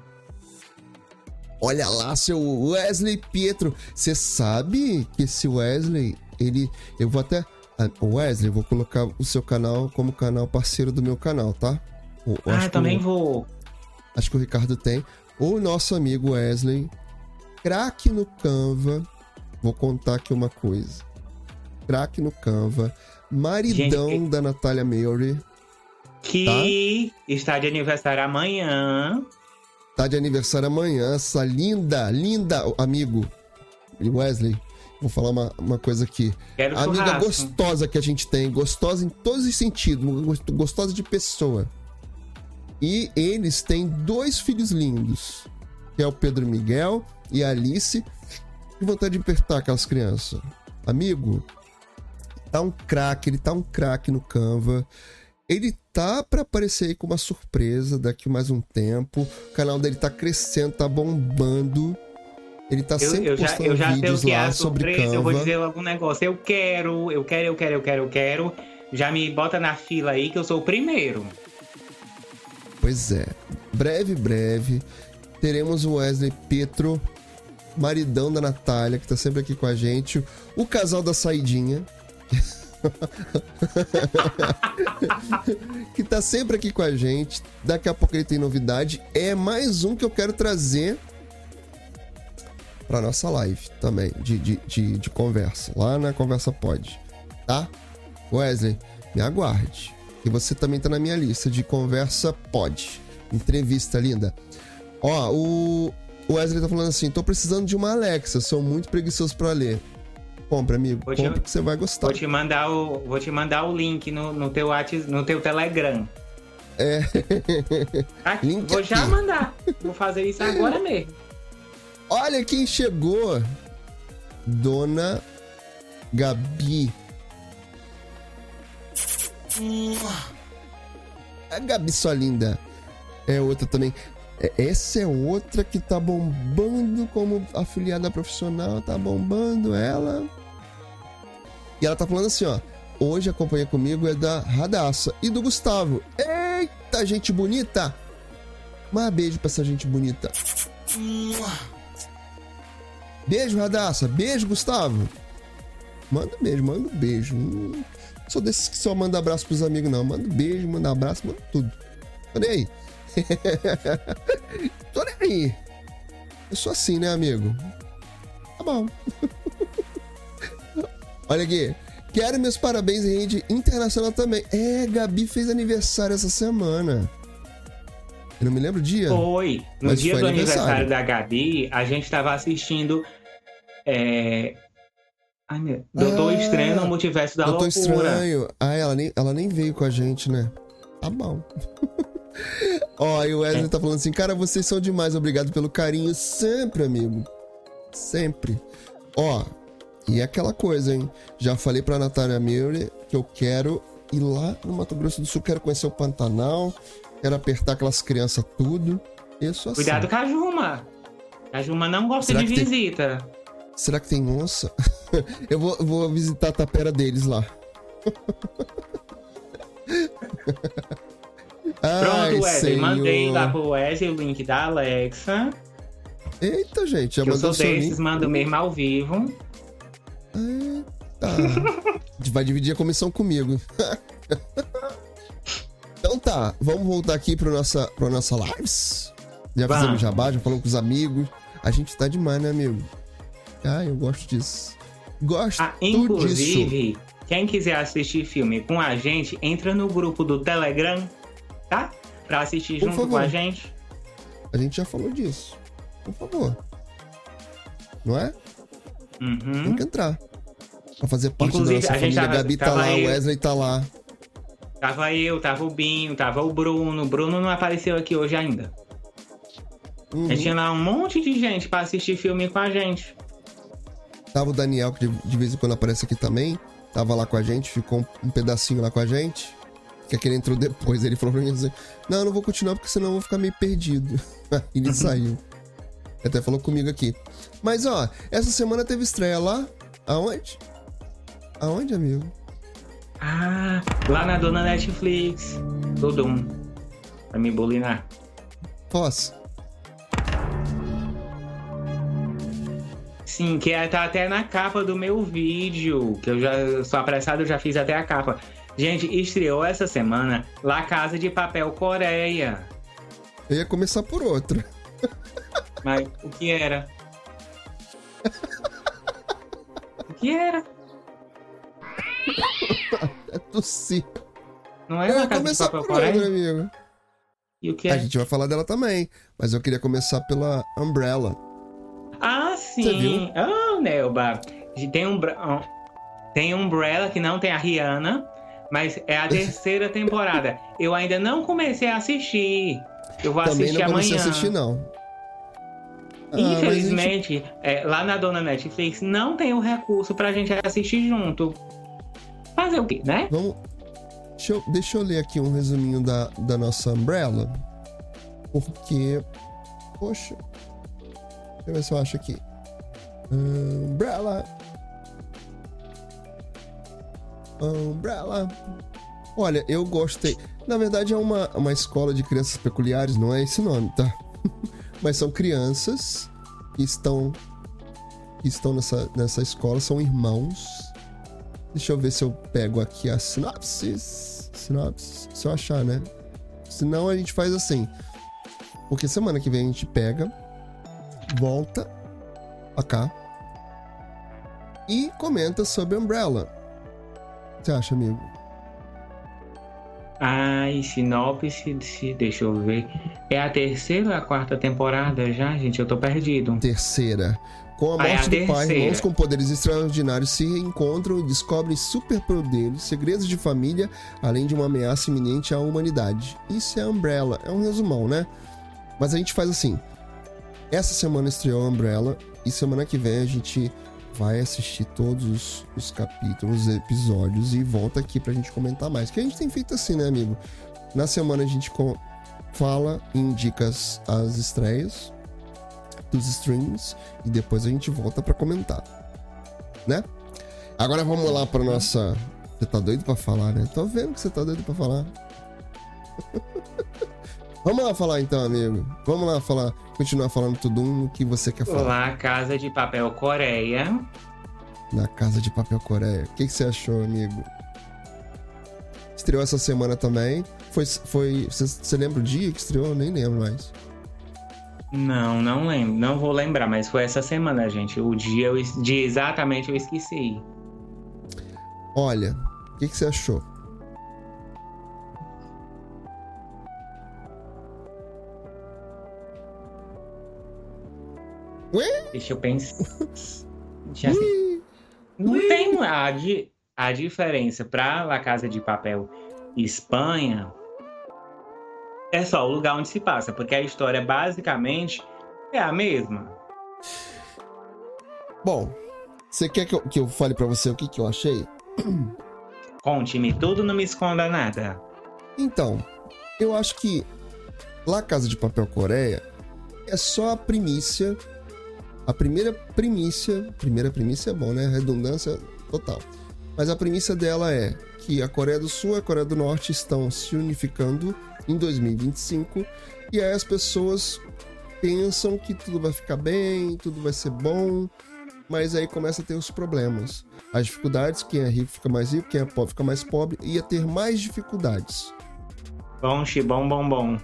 Olha lá, seu Wesley Pietro. Você sabe que esse Wesley, ele... Eu vou até... Wesley, vou colocar o seu canal como canal parceiro do meu canal, tá? Eu ah, também o... vou. Acho que o Ricardo tem. O nosso amigo Wesley, craque no Canva. Vou contar aqui uma coisa. Craque no Canva. Maridão Gente, da Natália Meury. Que tá? Está de aniversário amanhã. Tá de aniversário amanhã, essa linda, linda amigo Wesley. Vou falar uma, uma coisa aqui. Quero a amiga churrasco. gostosa que a gente tem, gostosa em todos os sentidos, gostosa de pessoa. E eles têm dois filhos lindos, que é o Pedro Miguel e a Alice. Que vontade de apertar aquelas crianças. Amigo, tá um craque, ele tá um craque no Canva. Ele tá pra aparecer aí com uma surpresa daqui mais um tempo. O canal dele tá crescendo, tá bombando. Ele tá eu, sempre eu já, postando eu já vídeos sei o que lá é a sobre surpresa, Canva. Eu vou dizer algum negócio. Eu quero, eu quero, eu quero, eu quero, eu quero. Já me bota na fila aí que eu sou o primeiro. Pois é. Breve, breve. Teremos o Wesley Pietro, maridão da Natália, que tá sempre aqui com a gente. O casal da saidinha. que tá sempre aqui com a gente. Daqui a pouco ele tem novidade. É mais um que eu quero trazer pra nossa live também, de, de, de, de conversa, lá na Conversa Pod, tá? Wesley, me aguarde, que você também tá na minha lista de Conversa Pod, entrevista linda. Ó, o Wesley tá falando assim, tô precisando de uma Alexa, sou muito preguiçoso pra ler. Compra, amigo, vou compra te, que você vai gostar. Vou te mandar o, vou te mandar o link no, no, teu, WhatsApp, no teu Telegram. É. Aqui, link vou aqui. já mandar, vou fazer isso agora mesmo. Olha quem chegou. Dona Gabi. A Gabi, sua linda. É outra também. É, essa é outra que tá bombando como afiliada profissional, tá bombando ela. E ela tá falando assim, ó. Hoje a companhia comigo é da Radassa e do Gustavo. Eita, gente bonita! Mas beijo pra essa gente bonita. Beijo, Radassa. Beijo, Gustavo. Manda um beijo, manda um beijo. Não sou desses que só manda abraço pros amigos, não. Manda um beijo, manda um abraço, manda tudo. Tô nem aí. Tô nem aí. Eu sou assim, né, amigo? Tá bom. Olha aqui. Quero meus parabéns em rede internacional também. É, Gabi fez aniversário essa semana. Eu não me lembro o dia. Foi. No Mas dia foi do aniversário. aniversário da Gabi, a gente tava assistindo. É... Ai, meu... Doutor Ah, Estranho no Multiverso da Doutor Loucura. Estranho. Ah, ela nem, ela nem veio com a gente, né? Tá bom. Ó, e o Wesley É. tá falando assim, cara, vocês são demais, obrigado pelo carinho sempre, amigo. Sempre. Ó, e é aquela coisa, hein? Já falei pra Natália Miller que eu quero ir lá no Mato Grosso do Sul, quero conhecer o Pantanal, quero apertar aquelas crianças tudo. Eu sou assim. Cuidado com a Juma. A Juma não gosta Será de que tem- visita. Será que tem onça? Eu vou, vou visitar a tapera deles lá. Ai, Pronto, Wesley. Senhor. Mandei lá pro Wesley o link da Alexa. Eita, gente, já Que eu mandou sou seu desses, link. mando mesmo ao vivo. Eita. Vai dividir a comissão comigo. Então tá, vamos voltar aqui pro nossa, pro nossa lives. Já Vamos. fizemos jabá, já falamos com os amigos. A gente tá demais, né, amigo? Ah, eu gosto disso. Gosto Ah, disso. inclusive, quem quiser assistir filme com a gente, entra no grupo do Telegram, tá? Pra assistir Por junto com favor. a gente. A gente já falou disso. Por favor. Não é? Tem Uhum. que entrar. Pra fazer parte Inclusive, da nossa a gente família. tava- Gabi tá tava lá, o eu- Wesley tá lá. Tava eu, tava o Binho, tava o Bruno. O Bruno não apareceu aqui hoje ainda. Uhum. A gente tinha lá um monte de gente pra assistir filme com a gente. Tava o Daniel, que de, de vez em quando aparece aqui também. Tava lá com a gente, ficou um, um pedacinho lá com a gente. Que é que ele entrou depois. Ele falou pra mim assim: não, eu não vou continuar porque senão eu vou ficar meio perdido. E ele saiu. Até falou comigo aqui. Mas ó, essa semana teve estreia lá. Aonde? Aonde, amigo? Ah, lá na dona Netflix. Todo um. Pra me bulinar. Posso? Sim, que tá até na capa do meu vídeo. Que eu já sou apressado, eu já fiz até a capa. Gente, estreou essa semana La Casa de Papel Coreia. Eu ia começar por outra. Mas o que era? O que era? É tossir. Não Eu era ia La Casa de começar Papel por outra, Coreia? amigo. E o que A é? gente vai falar dela também. Mas eu queria começar pela Umbrella. Ah, Você sim. viu? Ah, Nelba. Tem um, bra- tem Umbrella que não tem a Rihanna, mas é a terceira temporada. Eu ainda não comecei a assistir. Eu vou Também assistir não comecei amanhã. a assistir, não. Ah, mas a gente- Infelizmente, é, lá na dona Netflix não tem o recurso pra gente assistir junto. Fazer o quê, né? Vamos. Deixa eu, deixa eu ler aqui um resuminho da, da nossa Umbrella. Porque. Poxa. Deixa eu ver se eu acho aqui. Umbrella. Umbrella. Olha, eu gostei. Na verdade, é uma, uma escola de crianças peculiares, não é esse nome, tá? Mas são crianças que estão. Que estão nessa, nessa escola, são irmãos. Deixa eu ver se eu pego aqui a sinopse. Sinopse. Se eu achar, né? Senão a gente faz assim. Porque semana que vem a gente pega, volta pra cá e comenta sobre Umbrella. O que você acha, amigo? Ai, sinopse, se- deixa eu ver. É a terceira ou a quarta temporada já, gente? Eu tô perdido. Terceira. Com a Ah, é a morte do pai, terceira. irmãos com poderes extraordinários se reencontram e descobrem superpoderes, segredos de família, além de uma ameaça iminente à humanidade. Isso é Umbrella. É um resumão, né? Mas a gente faz assim. Essa semana estreou a Umbrella e semana que vem a gente vai assistir todos os, os capítulos, os episódios e volta aqui pra gente comentar mais. Que a gente tem feito assim, né, amigo? Na semana a gente com- fala e indica as, as estreias dos streams e depois a gente volta pra comentar, né? Agora vamos lá pra nossa... Você tá doido pra falar, né? Tô vendo que você tá doido pra falar. Vamos lá falar então, amigo. Vamos lá falar, continuar falando tudo o que você quer falar. Olá, Casa de Papel Coreia. Na Casa de Papel Coreia. O que, que você achou, amigo? Estreou essa semana também. Foi, foi, você, você lembra o dia que estreou? Eu nem lembro mais. Não, não lembro. Não vou lembrar, mas foi essa semana, gente. O dia, eu, dia exatamente eu esqueci. Olha, o que, que você achou? Ué? Deixa eu pensar. Deixa assim. Não tem a, di, a diferença para La Casa de Papel Espanha. É só o lugar onde se passa, porque a história basicamente é a mesma. Bom, você quer que eu, que eu fale pra você o que, que eu achei? Conte-me tudo, não me esconda nada. Então, eu acho que La Casa de Papel Coreia é só a primícia, a primeira primícia, primeira primícia é bom, né? Redundância total. Mas a primícia dela é que a Coreia do Sul e a Coreia do Norte estão se unificando em dois mil e vinte e cinco e aí as pessoas pensam que tudo vai ficar bem, tudo vai ser bom, mas aí começa a ter os problemas. As dificuldades, quem é rico fica mais rico, quem é pobre fica mais pobre, ia ter mais dificuldades. Bom, bom, bom, bom.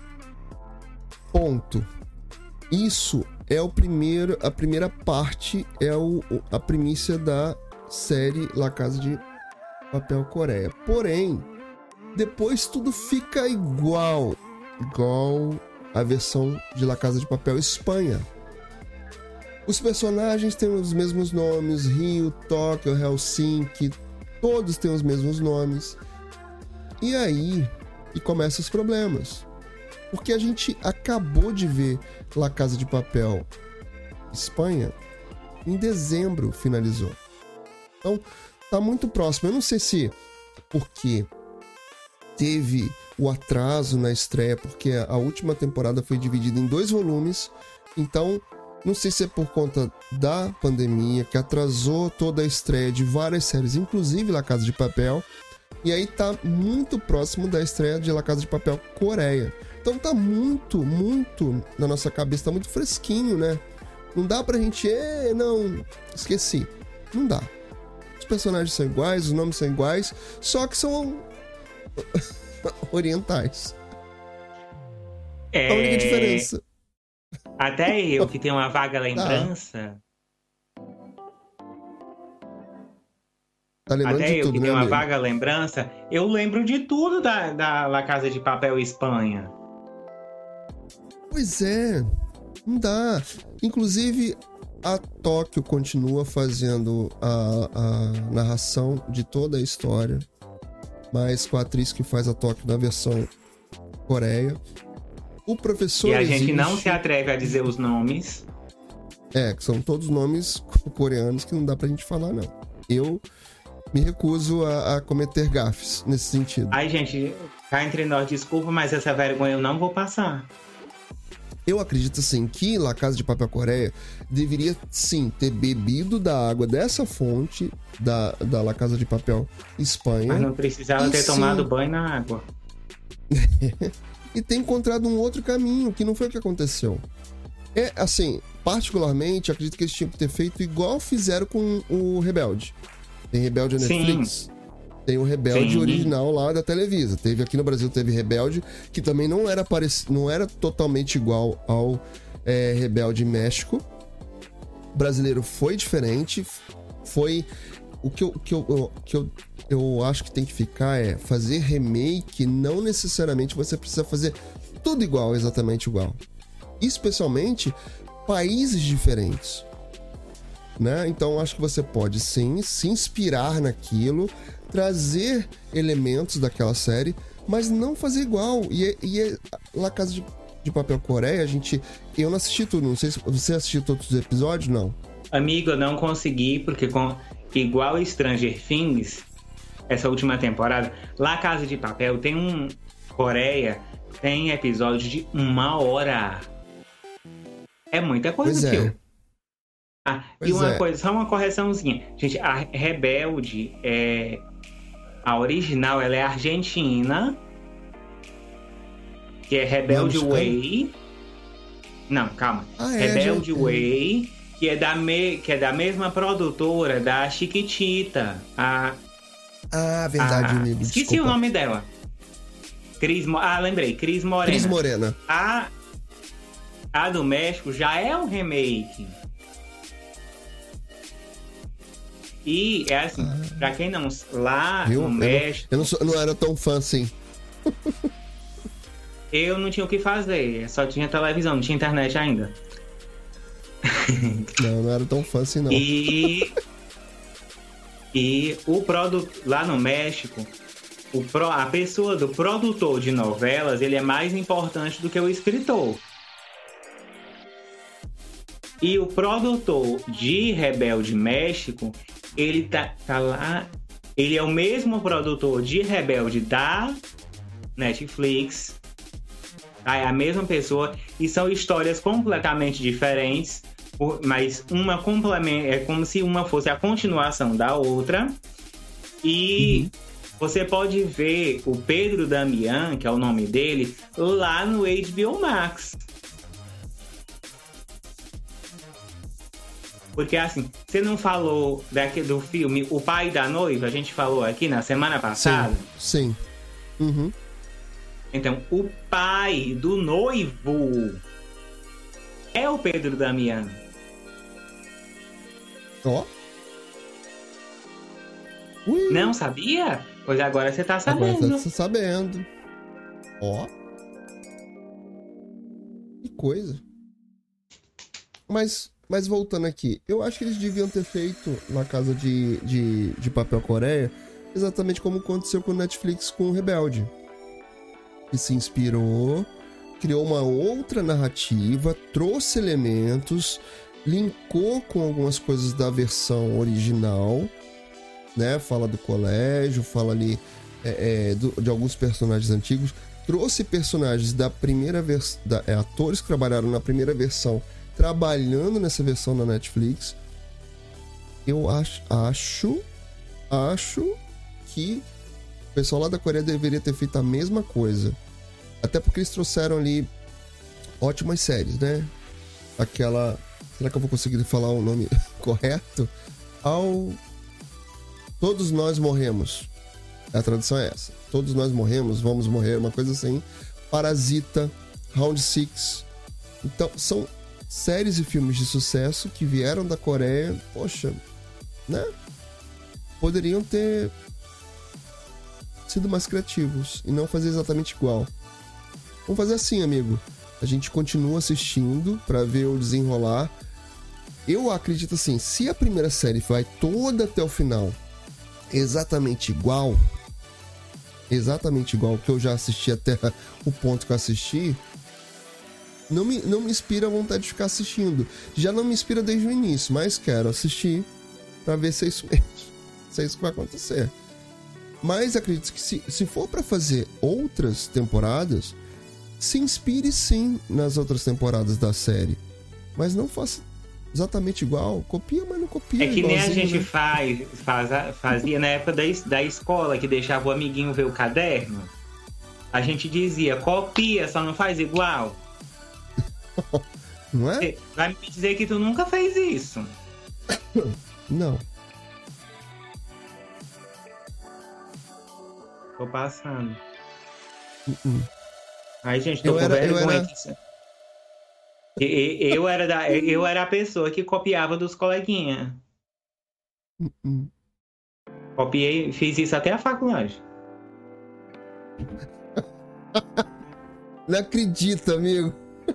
Ponto. Isso é o primeiro, a primeira parte, é o, a primícia da série La Casa de Papel Coreia. Porém, depois tudo fica igual, igual a versão de La Casa de Papel Espanha. Os personagens têm os mesmos nomes, Rio, Tóquio, Helsinki, todos têm os mesmos nomes. E aí que começam os problemas. Porque a gente acabou de ver La Casa de Papel Espanha, em dezembro finalizou. Então, tá muito próximo. Eu não sei se porque teve o atraso na estreia, porque a última temporada foi dividida em dois volumes, então não sei se é por conta da pandemia que atrasou toda a estreia de várias séries, inclusive La Casa de Papel, e aí tá muito próximo da estreia de La Casa de Papel Coreia. Então tá muito, muito na nossa cabeça, tá muito fresquinho, né? Não dá pra gente, é, não, esqueci. Não dá. Os personagens são iguais, os nomes são iguais, só que são orientais. É... A única diferença. Até eu, que tenho uma vaga lembrança... Tá lembrando Até de eu, tudo, que né, tenho uma amigo? vaga lembrança, eu lembro de tudo da, da La Casa de Papel Espanha. Pois é, não dá. Inclusive, a Tóquio continua fazendo a, a narração de toda a história, mas com a atriz que faz a Tóquio na versão Coreia. O professor E a gente existe... não se atreve a dizer os nomes. É, que são todos nomes coreanos que não dá pra gente falar, não. Eu me recuso a, a cometer gafes nesse sentido. Ai, gente, cá entre nós, desculpa, mas essa vergonha eu não vou passar. Eu acredito, assim, que La Casa de Papel Coreia deveria, sim, ter bebido da água dessa fonte da, da La Casa de Papel Espanha. Mas não precisava e ter sim, tomado banho na água. e ter encontrado um outro caminho, que não foi o que aconteceu. É, assim, particularmente, acredito que eles tinham que ter feito igual fizeram com o Rebelde. Tem Rebelde na Netflix? Sim. Tem o Rebelde Sim. original lá da Televisa. Teve aqui no Brasil, teve Rebelde, que também não era, parec... não era totalmente igual ao é, Rebelde México. O brasileiro foi diferente. Foi... O que, eu, que, eu, que eu, eu acho que tem que ficar é fazer remake, não necessariamente você precisa fazer tudo igual, exatamente igual. Especialmente países diferentes. Né? Então acho que você pode sim se inspirar naquilo, trazer elementos daquela série, mas não fazer igual. E, e La Casa de, de Papel Coreia, a gente, eu não assisti tudo, não sei se você assistiu todos os episódios, não. Amigo, eu não consegui, porque com, igual Stranger Things, essa última temporada, La Casa de Papel tem um Coreia tem episódio de uma hora. É muita coisa, Pois é. tio. Ah, Pois e uma é. coisa, só uma correçãozinha. Gente, a Rebelde é... A original, ela é argentina. Que é Rebelde Não, Way. Não, calma. Ah, é, Rebelde gente. Way, que é, da me... que é da mesma produtora da Chiquitita. A... Ah, verdade, a... amigo. Esqueci Desculpa. o nome dela. Cris... Mo- Ah, lembrei. Cris Morena. Cris Morena. A... a do México já é um remake. E é assim, Ah. pra quem não... Lá Viu? no Eu não- México, Eu não, sou- eu não era tão fã assim. eu não tinha o que fazer. Só tinha televisão, não tinha internet ainda. Não, eu não era tão fã assim, não. E... e o produto... Lá no México, o pro... a pessoa do produtor de novelas, ele é mais importante do que o escritor. E o produtor de Rebelde México, ele tá, tá lá... Ele é o mesmo produtor de Rebelde da Netflix. Tá? É a mesma pessoa. E são histórias completamente diferentes. por- Mas uma complementa... É como se uma fosse a continuação da outra. E... Uhum. Você pode ver o Pedro Damian, que é o nome dele, lá no H B O Max. Porque assim, você não falou daqui, do filme O Pai da Noiva? A gente falou aqui na semana passada. Sim. Sim. Uhum. Então, o pai do noivo é o Pedro Damian. Ó. Ui. Não sabia? Pois agora você tá Agora sabendo. tá sabendo. Ó. Que coisa. Mas, mas voltando aqui, eu acho que eles deviam ter feito na Casa de, de, de Papel Coreia exatamente como aconteceu com o Netflix com o Rebelde. Que se inspirou, criou uma outra narrativa, trouxe elementos, linkou com algumas coisas da versão original, né? Fala do colégio, fala ali é, é, do, de alguns personagens antigos, trouxe personagens da primeira versão, é, atores que trabalharam na primeira versão, trabalhando nessa versão na Netflix. Eu acho, acho, acho que o pessoal lá da Coreia deveria ter feito a mesma coisa. Até porque eles trouxeram ali ótimas séries, né? Aquela... Será que eu vou conseguir falar o nome correto? Ao... Todos Nós Morremos. A tradução é essa. Todos Nós Morremos, Vamos Morrer, uma coisa assim. Parasita, Round Six. Então, são séries e filmes de sucesso que vieram da Coreia. Poxa, né? Poderiam ter sido mais criativos e não fazer exatamente igual. Vamos fazer assim, amigo. A gente continua assistindo pra ver o desenrolar. Eu acredito assim, se a primeira série vai toda até o final exatamente igual, exatamente igual que eu já assisti até o ponto que eu assisti, não me, não me inspira a vontade de ficar assistindo. Já não me inspira desde o início, mas quero assistir pra ver se é isso mesmo, se é isso que vai acontecer. Mas acredito que se, se for pra fazer outras temporadas, se inspire sim nas outras temporadas da série, mas não faça exatamente igual. Copia, mas não copia. É que nem a igualzinho, gente né? faz, faz, fazia na época da, es- da escola, que deixava o amiguinho ver o caderno. A gente dizia, copia, só não faz igual. Não é? Você vai me dizer que tu nunca fez isso. Não. Tô passando. Uh-uh. Ai, gente, tô Eu com era- eu vergonha. era- que- E- e- Eu era, da, eu era a pessoa que copiava dos coleguinhas. Uh-uh. Copiei, fiz isso até a faculdade. Não acredito, amigo.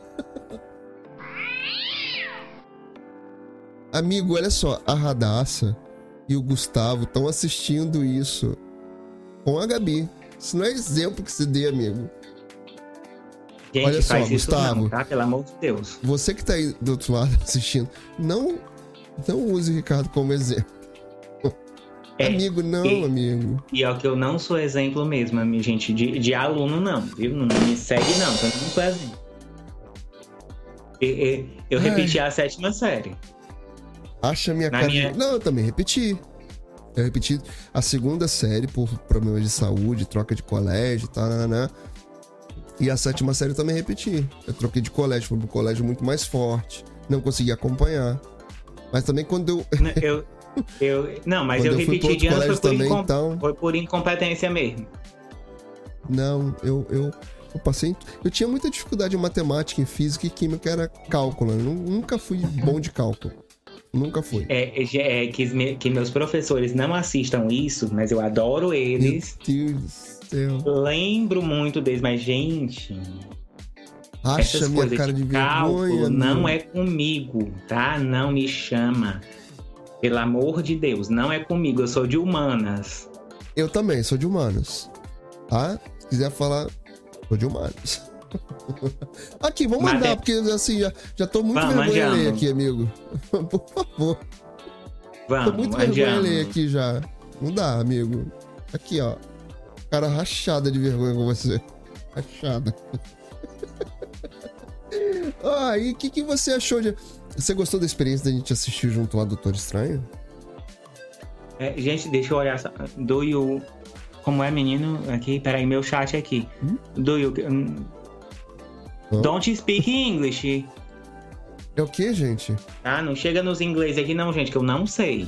Amigo, olha só, a Radassa e o Gustavo estão assistindo isso com a Gabi. Isso não é exemplo que se dê, amigo. Gente, Olha só, faz isso Gustavo. não, tá? Pelo amor de Deus. Você que tá aí do outro lado assistindo, não, não use o Ricardo como exemplo. É, amigo, não, e, amigo. E é que eu não sou exemplo mesmo, minha gente, de, de aluno não, viu? Não me segue não, que eu não sou exemplo. E, e, eu Ai. repeti a sétima série. Acha minha Na cara minha- de... Não, eu também repeti. Eu repeti a segunda série por problemas de saúde, troca de colégio, tá, né? E a sétima série eu também repeti. Eu troquei de colégio, fui pro colégio muito mais forte. Não consegui acompanhar. Mas também quando eu... Eu, eu, não, mas Quando eu eu fui pro repeti outro de ano foi colégio por, também, incom- então- foi por incompetência mesmo. Não, eu, eu, eu passei... em- Eu tinha muita dificuldade em matemática, em física e química, era cálculo. Eu nu- nunca fui bom de cálculo. Nunca fui. É, é, é que, os me- que meus professores não assistam isso, mas eu adoro eles. Meu Deus do céu. Lembro muito deles, mas, gente, Acha essas minha coisas cara de de cálculo vergonha. não meu. é comigo, tá? Não me chama. Pelo amor de Deus, não é comigo. Eu sou de humanas. Eu também, sou de humanos. Tá? Se quiser falar, sou de humanos. Aqui, vamos Mas mandar, é- porque assim, já, já tô muito Vamos, vergonha adianta. ler aqui, amigo. Por favor. Tô Vamos, muito vergonha adianta. ler aqui já. Não dá, amigo. Aqui, ó. Cara rachada de vergonha com você. Rachada. Ah, e o que, que você achou de... Você gostou da experiência da gente assistir junto ao Doutor Estranho? É, gente, deixa eu olhar. só. Do you... Como é, menino? Aqui, peraí, meu chat aqui. Hum? Do you... hum, Hã? Don't speak English. É o que, gente? Tá? Não chega nos inglês aqui não, gente, que eu não sei.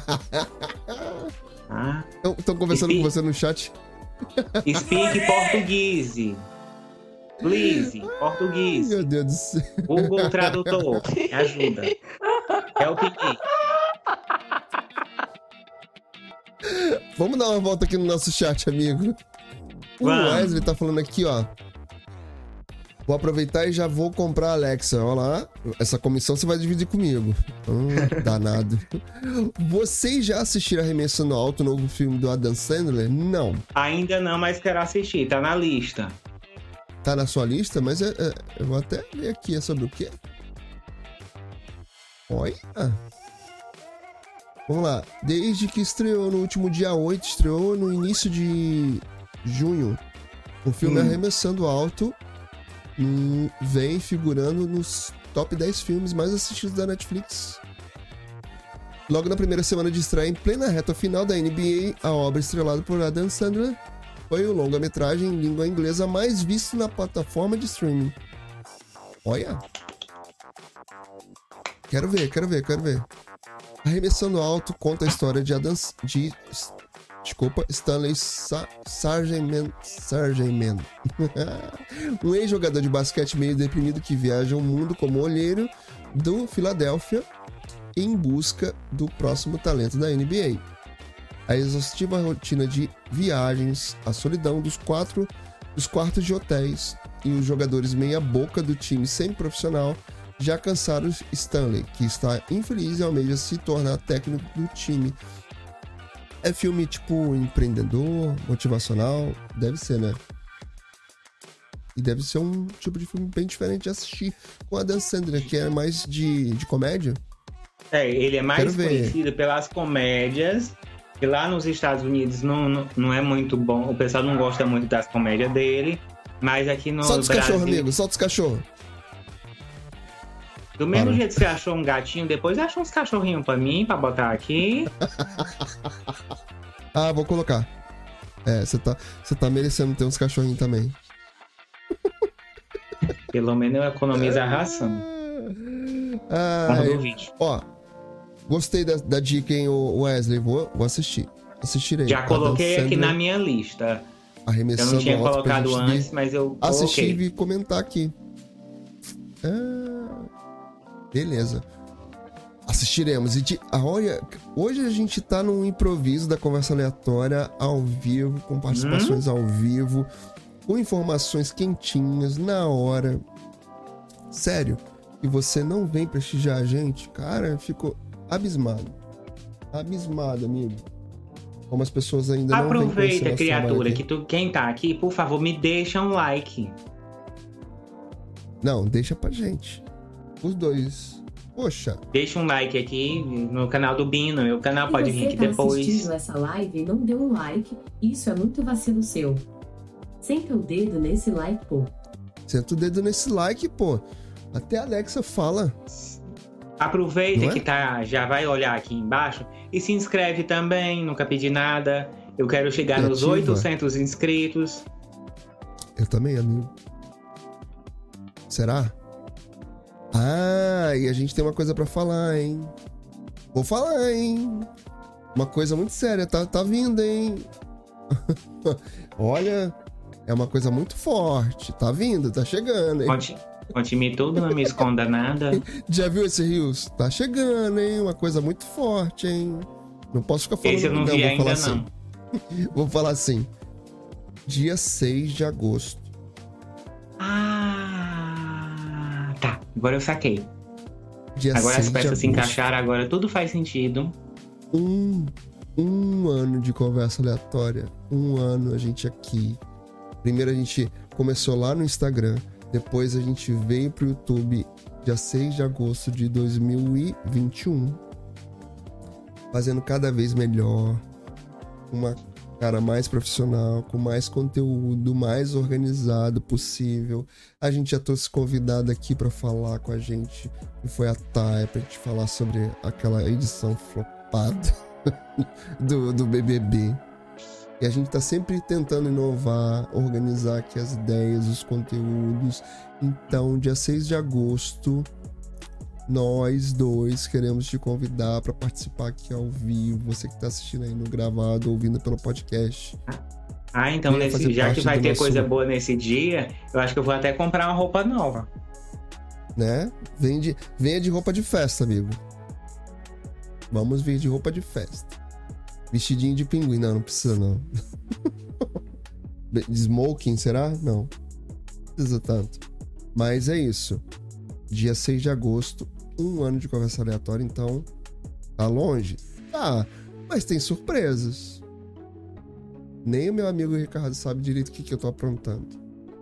Tá? Estão conversando Speak- com você no chat? Speak português. Please, português. Meu Deus do céu. Google Tradutor, me ajuda. Help me. Vamos dar uma volta aqui no nosso chat, amigo. O Vamos. Wesley tá falando aqui, ó. Vou aproveitar e já vou comprar a Alexa. Olha lá. Essa comissão você vai dividir comigo. Hum, danado. Vocês já assistiram Arremessando Alto, o novo filme do Adam Sandler? Não. Ainda não, mas quero assistir, tá na lista. Tá na sua lista, mas é- é- eu vou até ver aqui. É sobre o quê? Olha. Vamos lá. Desde que estreou no último dia oito, estreou no início de junho. O filme Hum. Arremessando Alto hum, vem figurando nos top dez filmes mais assistidos da Netflix. Logo na primeira semana de estreia, em plena reta final da N B A, a obra estrelada por Adam Sandler foi o longa-metragem em língua inglesa mais visto na plataforma de streaming. Olha. Quero ver, quero ver, quero ver. Arremessando Alto conta a história de Adam... De, desculpa, Stanley Sa Sargentman. Sargentman. Um ex-jogador de basquete meio deprimido que viaja o mundo como olheiro do Philadelphia em busca do próximo talento da N B A. A exaustiva rotina de viagens, a solidão dos quatro dos quartos de hotéis e os jogadores meia-boca do time semi-profissional já cansaram Stanley, que está infeliz e almeja se tornar técnico do time. É filme tipo empreendedor, motivacional? Deve ser, né? E deve ser um tipo de filme bem diferente de assistir com a Dan Sandler, que é mais de, de comédia. É, ele é mais Quero ver. conhecido pelas comédias. E lá nos Estados Unidos não, não, não é muito bom. O pessoal não gosta muito das comédias dele. Mas aqui no Solta os Brasil... cachorros, amigo, solta os cachorros. Do mesmo Para. jeito que você achou um gatinho, depois acha uns cachorrinhos pra mim, pra botar aqui. Ah, vou colocar. É, você tá, você tá merecendo ter uns cachorrinhos também. Pelo menos eu economizo a ração. Ah, Como do vídeo. ó, gostei da, da dica, hein, o Wesley. Vou, vou assistir. Assistirei. Já Adam coloquei aqui Sandler na minha lista. Eu Arremessando não tinha Alto pra colocado gente ver, antes, mas eu assistir coloquei. e comentar aqui. Ah, beleza. Assistiremos. E de, ah, olha, hoje a gente tá num improviso da conversa aleatória ao vivo, com participações Hum? ao vivo, com informações quentinhas, na hora. Sério, e você não vem prestigiar a gente, cara, eu fico abismado. Abismado, amigo. Como as pessoas ainda não vêm conhecer Aproveita, nosso criatura, trabalho que aqui. tu, quem tá aqui, por favor, me deixa um like. Não, deixa pra gente. Os dois. Poxa. Deixa um like aqui no canal do Bino. Meu canal pode vir aqui tá depois. Se você tá assistindo essa live e não deu um like, isso é muito vacilo seu. Senta o dedo nesse like, pô. Senta o dedo nesse like, pô. Até a Alexa fala. Aproveita Não é? que tá, já vai olhar aqui embaixo e se inscreve também. Nunca pedi nada. Eu quero chegar nos Ativa. oitocentos inscritos. Eu também, amigo. Será? Ah, e a gente tem uma coisa pra falar, hein? Vou falar, hein? Uma coisa muito séria, tá, tá vindo, hein? Olha, é uma coisa muito forte. Tá vindo, tá chegando, hein? Conte, conte-me tudo, não me esconda nada. Já viu esse Rios? Tá chegando, hein? Uma coisa muito forte, hein? Não posso ficar falando. Esse eu não vi vou ainda, falar não. Assim. Vou falar assim. Dia seis de agosto. Ah, tá. Agora eu saquei. Dia Agora seis as de peças agosto. se encaixaram, agora tudo faz sentido. Um, um ano de conversa aleatória. Um ano a gente aqui. Primeiro a gente começou lá no Instagram. Depois a gente veio pro YouTube dia seis de agosto de dois mil e vinte e um. Fazendo cada vez melhor. Uma cara mais profissional, com mais conteúdo, mais organizado possível. A gente já trouxe convidado aqui para falar com a gente, que foi a Thay, pra gente falar sobre aquela edição flopada do, do B B B. E a gente tá sempre tentando inovar, organizar aqui as ideias, os conteúdos. Então, dia seis de agosto, nós dois queremos te convidar para participar aqui ao vivo. Você que tá assistindo aí no gravado, ouvindo pelo podcast. Ah, então Venha nesse, fazer já que parte vai do ter nosso- coisa boa nesse dia, eu acho que eu vou até comprar uma roupa nova. Né? Vem de, venha de roupa de festa, amigo. Vamos vir de roupa de festa. Vestidinho de pinguim. Não, não precisa não. De smoking, será? Não. Não precisa tanto. Mas é isso. Dia seis de agosto, um ano de conversa aleatória, então tá longe? Tá, mas tem surpresas. Nem o meu amigo Ricardo sabe direito o que, que eu tô aprontando.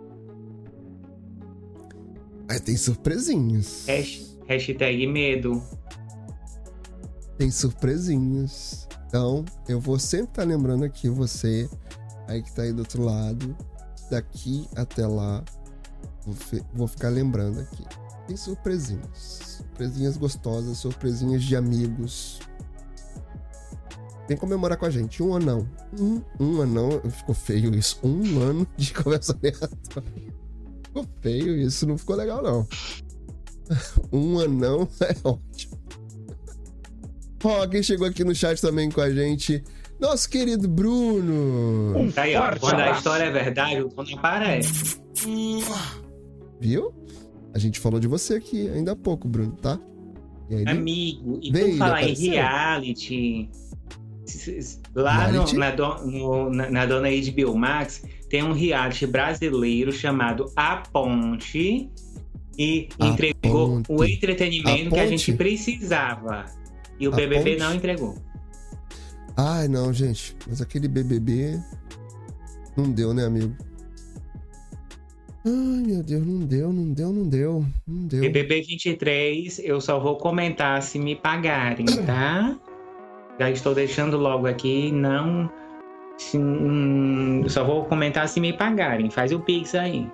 Mas tem surpresinhas. Hash- Hashtag medo. Tem surpresinhas. Então, eu vou sempre estar lembrando aqui você, aí que tá aí do outro lado, daqui até lá, vou, fe- vou ficar lembrando aqui. Tem surpresinhas. Surpresinhas gostosas, surpresinhas de amigos. Vem comemorar com a gente. Um anão. Um, um anão. Ficou feio isso. Um ano de conversa aleatória. Ficou feio isso. Não ficou legal, não. Um anão é ótimo. Ó, quem chegou aqui no chat também com a gente, nosso querido Bruno. Tá aí, ó. Quando a história é verdade, o dono aparece. Viu? A gente falou de você aqui ainda há pouco, Bruno, tá? E aí, ele- Amigo, e Veio, por falar em apareceu. reality, lá no- Reality? na, do- no- na- na dona H B O Max, tem um reality brasileiro chamado A Ponte, e A entregou Ponte. o entretenimento A que a Ponte? gente precisava. E o A B B B Ponte? não entregou. Ai, não, gente. Mas aquele B B B não deu, né, amigo? Ai, meu Deus, não deu, não deu, não deu. Não deu. B B B vinte e três, eu só vou comentar se me pagarem, tá? Já estou deixando logo aqui, não... se- hum, só vou comentar se me pagarem. Faz o Pix aí.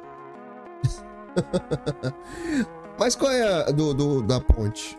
Mas qual é a do, do- da ponte?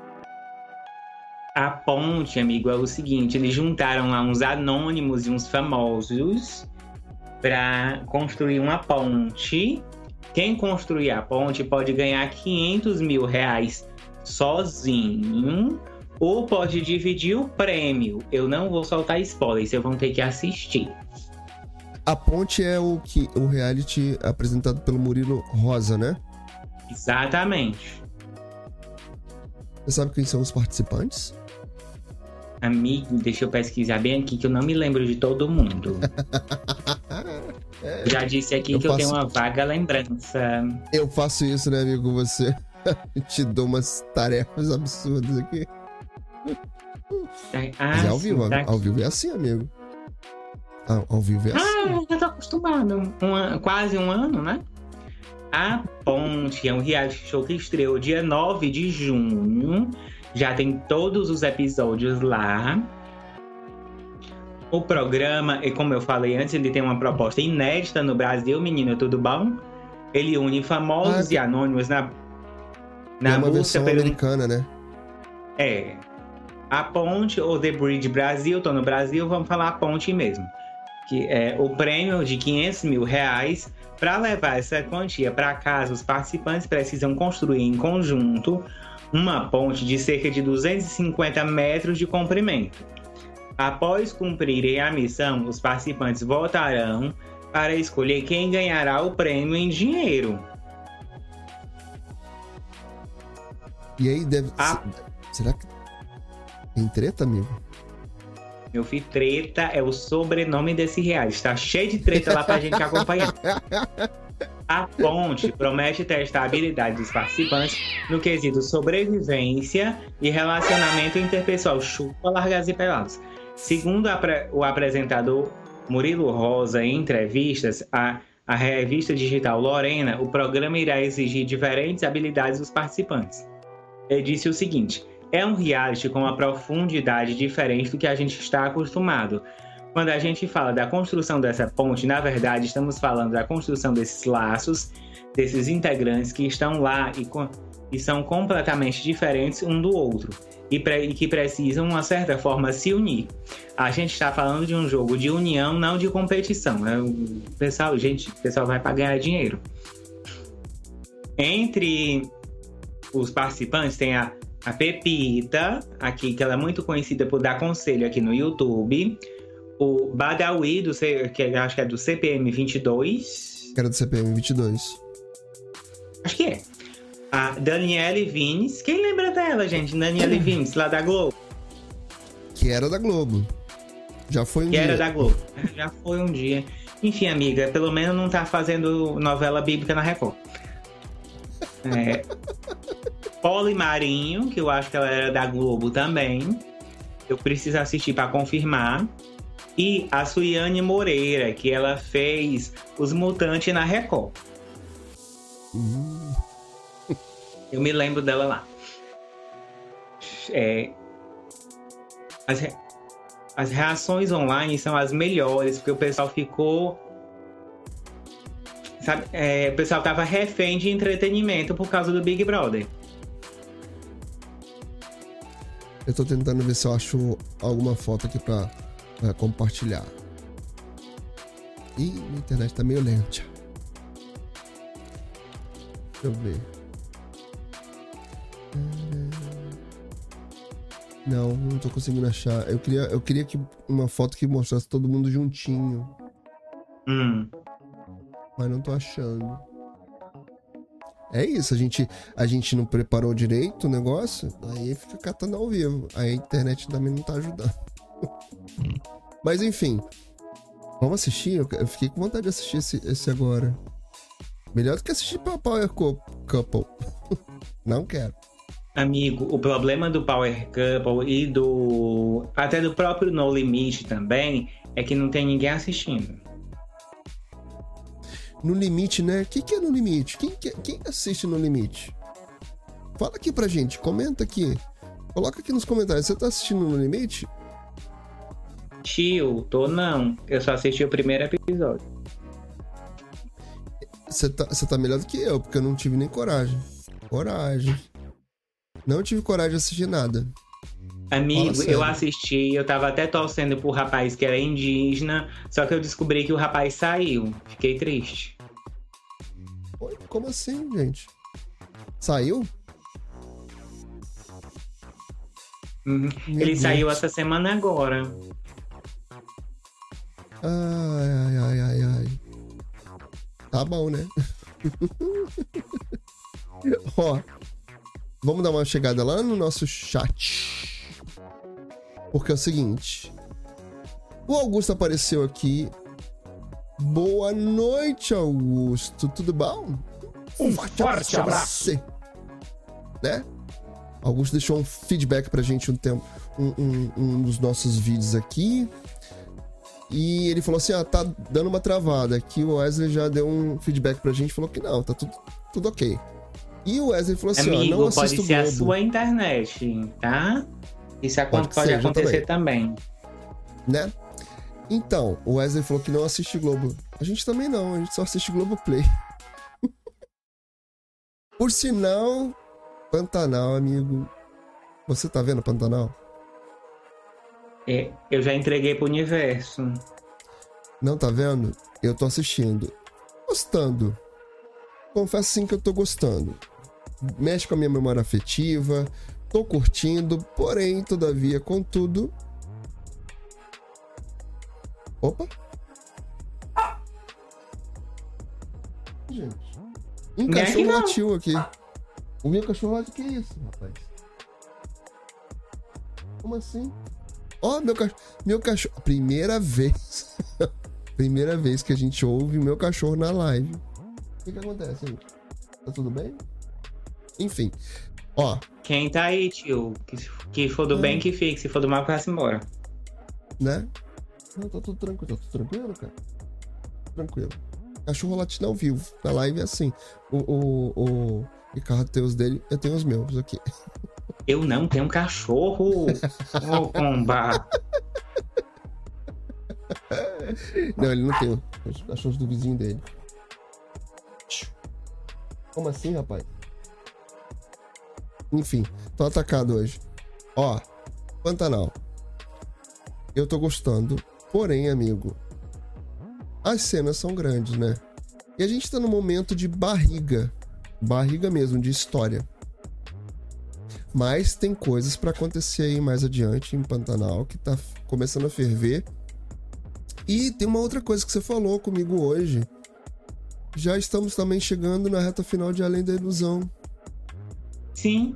A ponte, amigo, é o seguinte: eles juntaram lá uns anônimos e uns famosos para construir uma ponte. Quem construir a ponte pode ganhar quinhentos mil reais sozinho ou pode dividir o prêmio. Eu não vou soltar spoiler, vocês vão ter que assistir. A ponte é o que o reality apresentado pelo Murilo Rosa, né? Exatamente. Você sabe quem são os participantes? Amigo, deixa eu pesquisar bem aqui que eu não me lembro de todo mundo. É, Já disse aqui Eu que eu tenho faço- uma vaga lembrança. eu faço isso, né, amigo, com você. Eu te dou umas tarefas absurdas aqui. Ah, Mas é ao vivo, sim, ao, tá ao vivo é assim, amigo. Ao, ao vivo é assim. Ah, eu já tô acostumado. Um an- quase um ano, né? A Ponte é um reality show que estreou dia nove de junho. Já tem todos os episódios lá. O programa, e como eu falei antes, ele tem uma proposta inédita no Brasil, menino, tudo bom? Ele une famosos ah, e anônimos na, na é uma busca versão pelo... americana, né? É. A Ponte, ou The Bridge Brasil, tô no Brasil, vamos falar a Ponte mesmo. Que é o prêmio de quinhentos mil reais. Para levar essa quantia para casa, os participantes precisam construir em conjunto uma ponte de cerca de duzentos e cinquenta metros de comprimento. Após cumprirem a missão, os participantes votarão para escolher quem ganhará o prêmio em dinheiro. E aí deve... A... Será que tem treta, amigo? Meu filho, treta é o sobrenome desse reality. Tá cheio de treta lá pra gente acompanhar. A Ponte promete testar a habilidade dos participantes no quesito sobrevivência e relacionamento interpessoal. Chupa, largas e pelados. Segundo apre- o apresentador Murilo Rosa em entrevistas à, à revista digital Lorena, o programa irá exigir diferentes habilidades dos participantes. Ele disse o seguinte: é um reality com uma profundidade diferente do que a gente está acostumado. Quando a gente fala da construção dessa ponte, na verdade, estamos falando da construção desses laços, desses integrantes que estão lá e, com, e são completamente diferentes um do outro e, pre, e que precisam, de uma certa forma, se unir. A gente está falando de um jogo de união, não de competição. Né? O pessoal, gente, o pessoal vai para ganhar dinheiro. Entre os participantes tem a A Pepita, aqui, que ela é muito conhecida por dar conselho aqui no YouTube. O Badawi, do C, que acho que é do C P M vinte e dois. Que era do C P M vinte e dois. Acho que é. A Daniele Vines. Quem lembra dela, gente? Daniele Vines, lá da Globo. Que era da Globo. Já foi um que dia. Que era da Globo. Já foi um dia. Enfim, amiga, pelo menos não tá fazendo novela bíblica na Record. É... Poli Marinho, que eu acho que ela era da Globo também. Eu preciso assistir para confirmar. E a Suiane Moreira, que ela fez Os Mutantes na Record. Uhum. Eu me lembro dela lá. É... As, re... as reações online são as melhores, porque o pessoal ficou... Sabe? É... O pessoal tava refém de entretenimento por causa do Big Brother. Eu tô tentando ver se eu acho alguma foto aqui pra, pra compartilhar. Ih, minha internet tá meio lenta. Deixa eu ver. Não, não tô conseguindo achar. Eu queria, eu queria que uma foto que mostrasse todo mundo juntinho. Hum. Mas não tô achando. É isso, a gente, a gente não preparou direito o negócio, aí fica catando ao vivo. Aí a internet também não tá ajudando. Mas enfim, vamos assistir? Eu fiquei com vontade de assistir esse, esse agora. Melhor do que assistir pra Power Couple. Não quero. Amigo, o problema do Power Couple e do... até do próprio No Limite também é que não tem ninguém assistindo. No Limite, né? O que, que é No Limite? Quem, quem assiste No Limite? Fala aqui pra gente, comenta aqui. Coloca aqui nos comentários. Você tá assistindo No Limite? Tio, tô não. Eu só assisti o primeiro episódio. Você tá, você tá melhor do que eu, porque eu não tive nem coragem. Coragem. Não tive coragem de assistir nada. Amigo, eu assisti, eu tava até torcendo pro rapaz que era indígena, só que eu descobri que o rapaz saiu. Fiquei triste. Oi, como assim, gente? Saiu? Uhum. Ele Deus. Saiu essa semana agora. Ai, ai, ai, ai, ai. Tá bom, né? Ó, vamos dar uma chegada lá no nosso chat. Porque é o seguinte, o Augusto apareceu aqui. Boa noite, Augusto. Tudo bom? Um forte abraço. abraço. Né? Augusto deixou um feedback pra gente um tempo, um, um, um dos nossos vídeos aqui. E ele falou assim, ah, tá dando uma travada. Aqui o Wesley já deu um feedback pra gente, falou que não, tá tudo, tudo ok. E o Wesley falou assim, Amigo, ó, não assisto pode ser Globo. a sua internet, tá? Isso é Pode quando pode ser, acontecer também. Né? Então, o Wesley falou que não assiste Globo. A gente também não, a gente só assiste Globoplay. Por sinal, Pantanal, amigo. Você tá vendo Pantanal? É, eu já entreguei pro universo. Não tá vendo? Eu tô assistindo. Gostando. Confesso sim que eu tô gostando. Mexe com a minha memória afetiva. Tô curtindo. Porém, todavia, contudo... Opa! Gente. Um Não é cachorro que não. latiu aqui. O meu cachorro latiu. Que isso, rapaz? Como assim? Ó, meu cachorro. Meu cachorro. Primeira vez. Primeira vez que a gente ouve meu cachorro na live. O que que acontece aí? Tá tudo bem? Enfim. Ó. Quem tá aí, tio? Que, que for do Ah. bem, que fique. Se for do mal, que vá-se embora. Né? Não, tá tudo tranquilo. Tá tudo tranquilo, cara? Tranquilo. Cachorro latindo ao vivo. Na live é assim. O, o, o Ricardo tem os dele, eu tenho os meus aqui. Eu não tenho um cachorro. Ô, pomba. Não, ele não tem os cachorros do vizinho dele. Como assim, rapaz? Enfim, tô atacado hoje. Ó, Pantanal. Eu tô gostando. Porém, amigo, as cenas são grandes, né? E a gente tá num momento de barriga. Barriga mesmo, de história. Mas tem coisas pra acontecer aí mais adiante em Pantanal, que tá começando a ferver. E tem uma outra coisa que você falou comigo hoje. Já estamos também chegando na reta final de Além da Ilusão. Sim.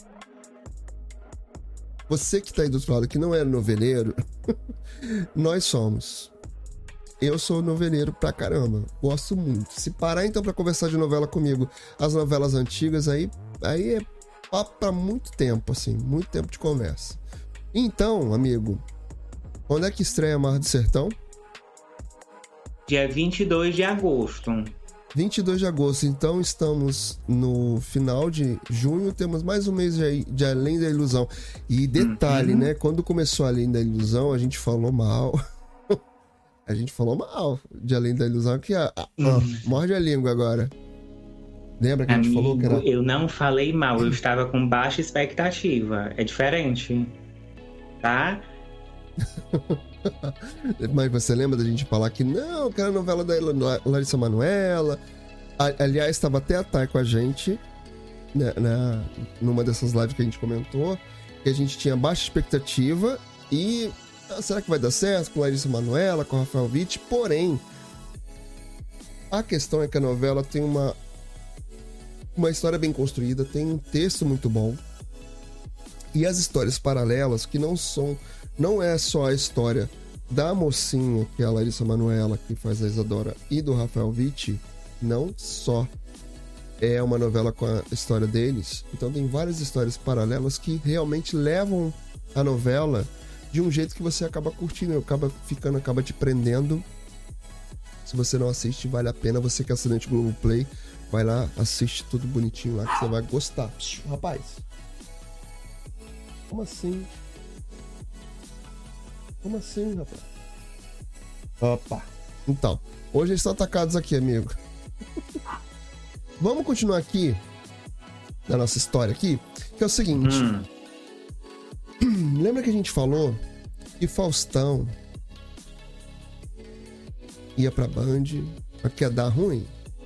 Você que tá aí do outro lado, que não é noveleiro, nós somos. Eu sou noveleiro pra caramba. Gosto muito. Se parar então pra conversar de novela comigo, as novelas antigas aí, aí é papo pra muito tempo, assim. Muito tempo de conversa. Então, amigo, quando é que estreia Mar do Sertão? Dia vinte e dois de agosto. vinte e dois de agosto, então estamos no final de junho, temos mais um mês de, de Além da Ilusão. E detalhe, Uhum. né? Quando começou Além da Ilusão, a gente falou mal. A gente falou mal de Além da Ilusão, que a, a, ó, morde a língua agora. Lembra que a gente Amigo, falou que era... eu não falei mal, eu estava com baixa expectativa. É diferente. Tá? Mas você lembra da gente falar que não, que era a novela da La- Larissa Manoela. A- aliás, estava até a Thay com a gente, né, na, numa dessas lives que a gente comentou, que a gente tinha baixa expectativa e ah, será que vai dar certo com Larissa Manoela, com Rafael Witt? Porém, a questão é que a novela tem uma uma história bem construída, tem um texto muito bom e as histórias paralelas que não são não é só a história da mocinha, que é a Larissa Manoela, que faz a Isadora, e do Rafael Witt, não só é uma novela com a história deles. Então tem várias histórias paralelas que realmente levam a novela de um jeito que você acaba curtindo, acaba ficando, acaba te prendendo. Se você não assiste, vale a pena. Você que é assinante Globoplay, vai lá, assiste tudo bonitinho lá que você vai gostar. Rapaz, como assim? Como assim, rapaz? Opa! Então, hoje eles estão atacados aqui, amigo. Vamos continuar aqui na nossa história aqui, que é o seguinte. Hum. Lembra que a gente falou que Faustão ia pra Band, mas que ia dar ruim?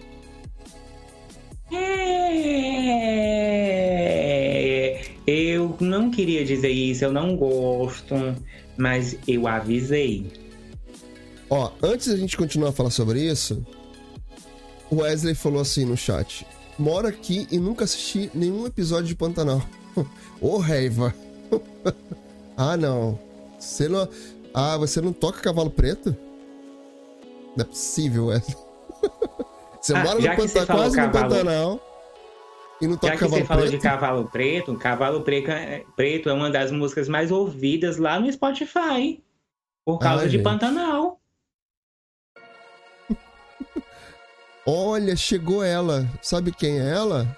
É... Eu não queria dizer isso, eu não gosto, mas eu avisei. Ó, antes da gente continuar a falar sobre isso, o Wesley falou assim no chat: moro aqui e nunca assisti nenhum episódio de Pantanal. Ô, Reiva. Ah, não. Você não... Ah, você não toca Cavalo Preto? Não é possível, Wesley. Você Ah, mora no já que você Pantanal, falou quase no cavalo- Pantanal, e não toca Já que Cavalo você falou Preto? de Cavalo Preto, Cavalo Preto é, Preto é uma das músicas mais ouvidas lá no Spotify. Por causa Ah, de gente. Pantanal. Olha, chegou ela. Sabe quem é ela?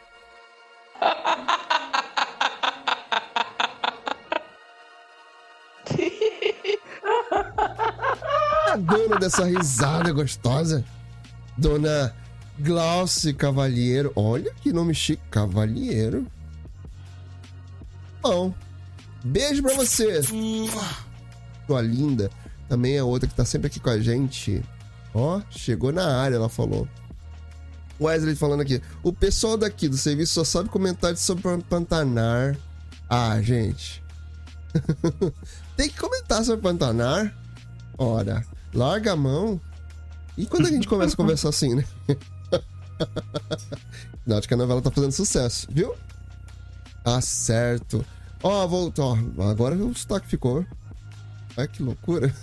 A dona dessa risada gostosa. Dona Glauce Cavalheiro. Olha que nome chique. Cavalheiro. Bom. Beijo pra você. Sua linda. Também é outra que tá sempre aqui com a gente. Ó, chegou na área, ela falou. Wesley falando aqui. O pessoal daqui do serviço só sabe comentários sobre Pantanar. Ah, gente. Tem que comentar sobre Pantanar. Ora, larga a mão. E quando a gente começa a conversar assim, né? Não, acho que a novela tá fazendo sucesso, viu? Tá certo. Ó, voltou. Ó, agora o sotaque ficou. Olha que loucura.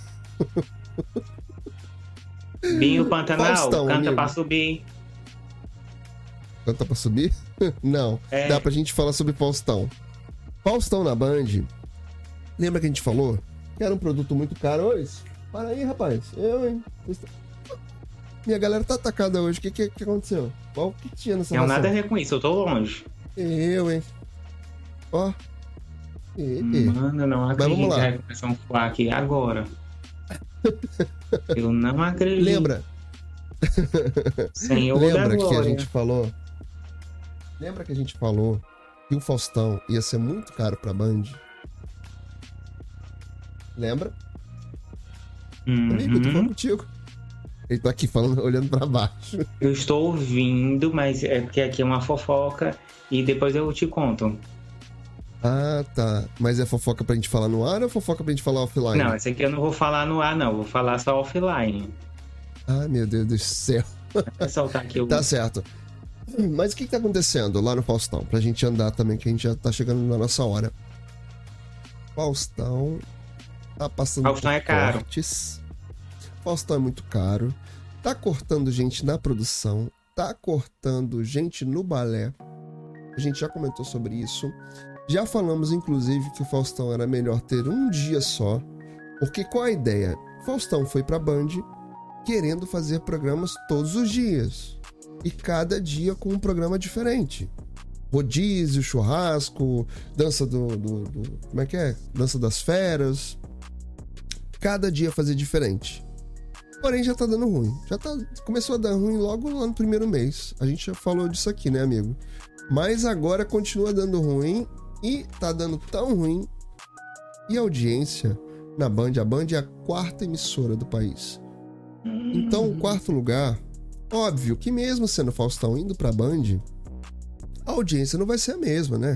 Binho Pantanal, Faustão, canta amigo. pra subir. Canta pra subir? Não. É. Dá pra gente falar sobre Faustão. Faustão na Band. Lembra que a gente falou que era um produto muito caro hoje? Para aí, rapaz. Eu, hein? Minha galera tá atacada hoje. O que, que, que aconteceu? Qual que tinha nessa Não, ração? nada a ver com isso, eu tô longe. Eu, hein? Ó. E, e. Mano, eu não Mas acredito vamos que lá. vai começar um fuá aqui agora. Eu não acredito. Lembra? Senhor Lembra da que a glória. gente falou? Lembra que a gente falou que o Faustão ia ser muito caro pra Band? Lembra? Amigo, eu tô falando Uhum. contigo. Ele tá aqui falando, olhando pra baixo. Eu estou ouvindo, mas é porque aqui é uma fofoca e depois eu te conto. Ah, tá. Mas é fofoca pra gente falar no ar ou fofoca pra gente falar offline? Não, esse aqui eu não vou falar no ar, não. Vou falar só offline. Ai, meu Deus do céu. Vou soltar aqui o... Tá certo. Mas o que que tá acontecendo lá no Faustão? Pra gente andar também, que a gente já tá chegando na nossa hora. Faustão tá passando Faustão por é caro. cortes. Faustão é muito caro. Tá cortando gente na produção. Tá cortando gente no balé. A gente já comentou sobre isso. Já falamos, inclusive, que o Faustão era melhor ter um dia só. Porque qual a ideia? Faustão foi pra Band querendo fazer programas todos os dias. E cada dia com um programa diferente. Rodízio, churrasco, dança do, do, do... Como é que é? Dança das feras. Cada dia fazer diferente. Porém, já tá dando ruim. Já tá... Começou a dar ruim logo lá no primeiro mês. A gente já falou disso aqui, né, amigo? Mas agora continua dando ruim. E tá dando tão ruim. E a audiência na Band, a Band é a quarta emissora do país. Então, o quarto lugar, óbvio que mesmo sendo Faustão indo pra Band, a audiência não vai ser a mesma, né?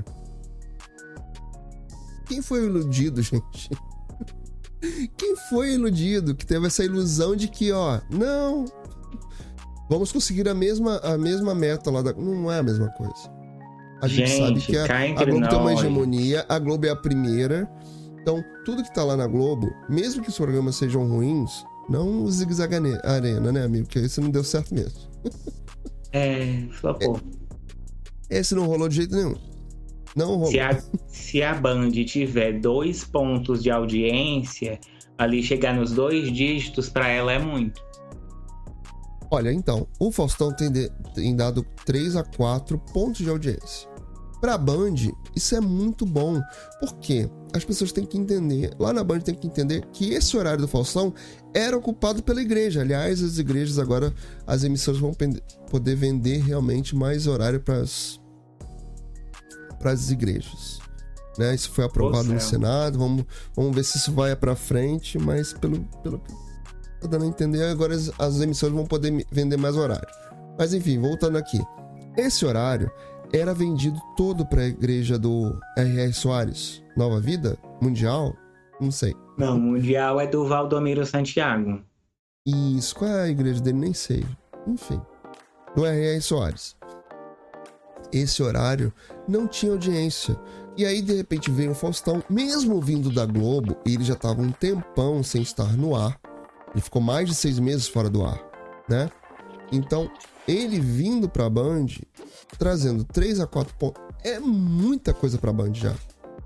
Quem foi iludido, gente? Quem foi iludido que teve essa ilusão de que, ó, não, vamos conseguir a mesma, a mesma meta lá da... Não é a mesma coisa. A gente, Gente, sabe que a, cá a entre Globo tem uma nós. hegemonia, a Globo é a primeira. Então, tudo que tá lá na Globo, mesmo que os programas sejam ruins, não o Zig Zag Arena, né, amigo? Porque esse não deu certo mesmo. É, flopou. Esse não rolou de jeito nenhum. Não rolou. Se a, se a Band tiver dois pontos de audiência, ali chegar nos dois dígitos, pra ela é muito. Olha, então, o Faustão tem, de- tem dado três a quatro pontos de audiência. Pra Band, isso é muito bom. Por quê? As pessoas têm que entender, lá na Band tem que entender que esse horário do Faustão era ocupado pela igreja. Aliás, as igrejas agora, as emissoras vão pende- poder vender realmente mais horário pras pras igrejas. Né? Isso foi aprovado Ô, no céu. Senado, vamos, vamos ver se isso vai pra frente, mas pelo, pelo que tá dando a entender, agora as, as emissoras vão poder me- vender mais horário. Mas enfim, voltando aqui. Esse horário era vendido todo para a igreja do R R Soares. Nova Vida? Mundial? Não sei. Não, o Mundial é do Valdomiro Santiago. Isso, qual é a igreja dele? Nem sei. Enfim. Do R R Soares. Esse horário não tinha audiência. E aí, de repente, veio o Faustão, mesmo vindo da Globo, e ele já estava um tempão sem estar no ar. Ele ficou mais de seis meses fora do ar, né? Então, ele vindo pra Band, trazendo três a quatro pontos, é muita coisa pra Band já.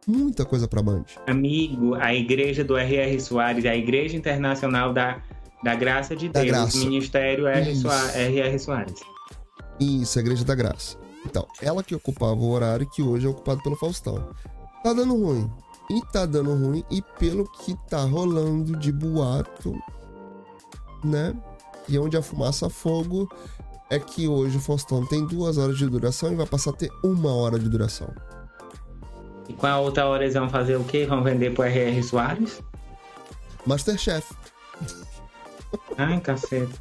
Muita coisa pra Band. Amigo, a igreja do R R. Soares, a Igreja Internacional da, da Graça de Da Deus, Graça. Ministério R. Isso. Soares, R R. Soares. Isso, a Igreja da Graça. Então, ela que ocupava o horário que hoje é ocupado pelo Faustão. Tá dando ruim. E tá dando ruim, e pelo que tá rolando de boato, né? E onde a fumaça fogo é que hoje o Faustão tem duas horas de duração e vai passar a ter uma hora de duração. E com a outra hora eles vão fazer o quê? Vão vender pro R R. Soares? Masterchef. Ai, caceta.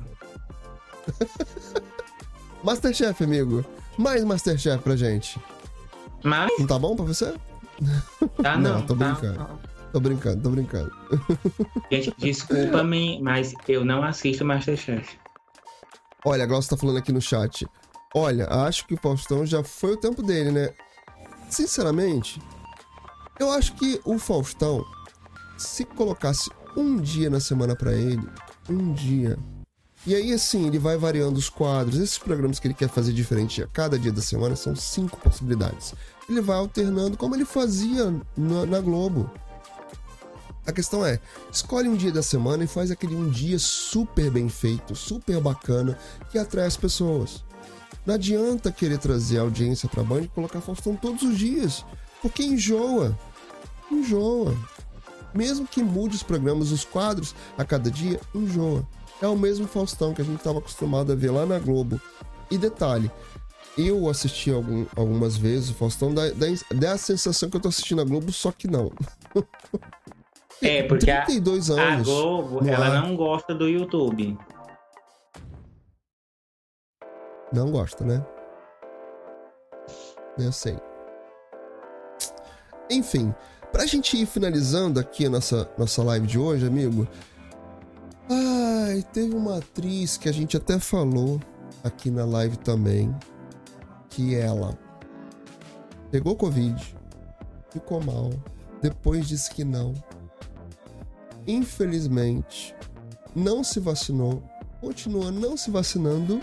Masterchef, amigo. Mais Masterchef pra gente. Mas... Não tá bom pra você? Tá não, Não, tô tá. brincando. Tô brincando, tô brincando. Gente, desculpa-me, mas eu não assisto Masterchef. Olha, a Glaucia tá falando aqui no chat. Olha, acho que o Faustão já foi o tempo dele, né? Sinceramente, eu acho que o Faustão, se colocasse um dia na semana pra ele, um dia... E aí, assim, ele vai variando os quadros. Esses programas que ele quer fazer diferente a cada dia da semana são cinco possibilidades. Ele vai alternando como ele fazia na, na Globo. A questão é, escolhe um dia da semana e faz aquele um dia super bem feito, super bacana, que atrai as pessoas. Não adianta querer trazer audiência pra Band e colocar Faustão todos os dias, porque enjoa. Enjoa. Mesmo que mude os programas, os quadros a cada dia, enjoa. É o mesmo Faustão que a gente estava acostumado a ver lá na Globo. E detalhe, eu assisti algum, algumas vezes o Faustão, dá, dá, dá a sensação que eu tô assistindo a Globo, só que não. É, porque a, trinta e dois a anos, Globo, no ela ar. não gosta do YouTube. Não gosta, né? Eu sei. Enfim, pra gente ir finalizando aqui a nossa, nossa live de hoje, amigo... Ai, teve uma atriz que a gente até falou aqui na live também, que ela pegou Covid, ficou mal, depois disse que não. Infelizmente, não se vacinou, continua não se vacinando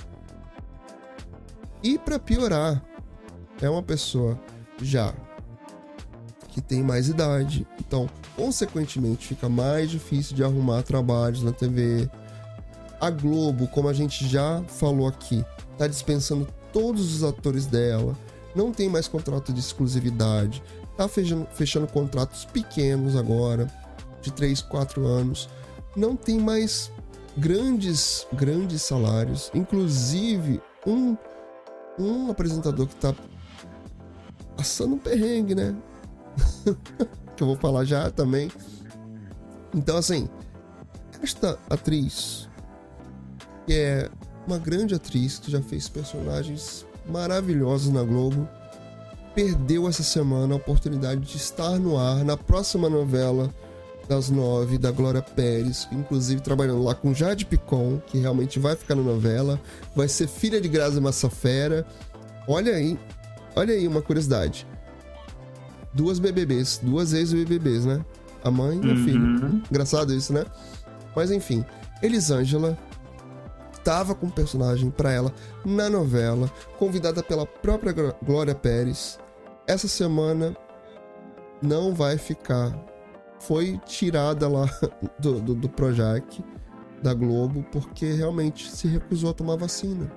e, pra piorar, é uma pessoa já que tem mais idade, então, consequentemente, fica mais difícil de arrumar trabalhos na T V. A Globo, como a gente já falou aqui, tá dispensando todos os atores dela, não tem mais contrato de exclusividade, tá fechando, fechando contratos pequenos agora, de três, quatro anos, não tem mais grandes, grandes salários, inclusive um, um apresentador que tá passando um perrengue, né? Que eu vou falar já também. Então, assim, esta atriz, que é uma grande atriz, que já fez personagens maravilhosos na Globo, perdeu essa semana a oportunidade de estar no ar na próxima novela das nove, da Glória Pérez, inclusive trabalhando lá com Jade Picon, que realmente vai ficar na novela, vai ser filha de Grazi Massafera. Olha aí, olha aí uma curiosidade. Duas B B Bs, duas ex-B B Bs, né? A mãe e a Uhum. filha. Engraçado isso, né? Mas enfim, Elisângela tava com um personagem pra ela na novela, convidada pela própria Glória Pérez. Essa semana não vai ficar. Foi tirada lá do, do, do Projac, da Globo, porque realmente se recusou a tomar vacina.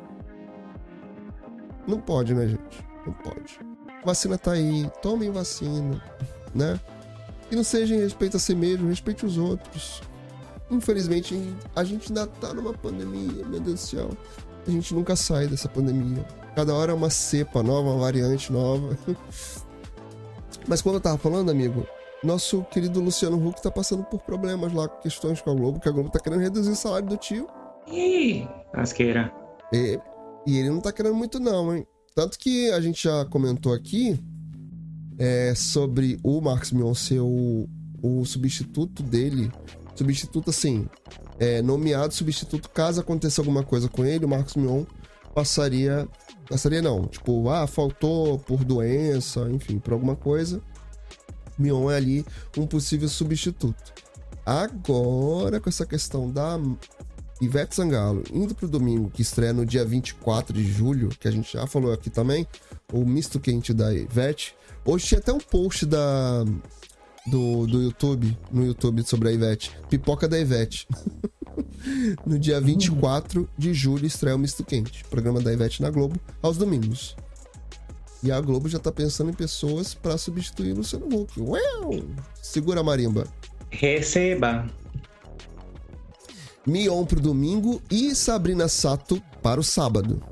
Não pode, né, gente? Não pode. Vacina tá aí, tomem vacina, né? E não seja em respeito a si mesmo, respeite os outros. Infelizmente, a gente ainda tá numa pandemia, meu Deus do céu. A gente nunca sai dessa pandemia. Cada hora é uma cepa nova, uma variante nova. Mas como eu tava falando, amigo, nosso querido Luciano Huck tá passando por problemas lá, questões com a Globo, que a Globo tá querendo reduzir o salário do tio. Ih, asqueira. E, e ele não tá querendo muito não, hein? Tanto que a gente já comentou aqui é, sobre o Marcos Mion ser o, o substituto dele. Substituto, assim, é, nomeado substituto caso aconteça alguma coisa com ele, o Marcos Mion passaria... Passaria não, tipo, ah, faltou por doença, enfim, por alguma coisa. Mion é ali um possível substituto. Agora, com essa questão da, Ivete Sangalo, indo pro domingo, que estreia no dia vinte e quatro de julho, que a gente já falou aqui também, o misto quente da Ivete. Hoje tinha até um post da, do, do YouTube, no YouTube sobre a Ivete. Pipoca da Ivete. No dia vinte e quatro de julho estreia o misto quente, programa da Ivete na Globo, aos domingos. E a Globo já tá pensando em pessoas pra substituir o Luciano Huck. Uau! Segura a marimba. Receba. Mion pro domingo e Sabrina Sato para o sábado.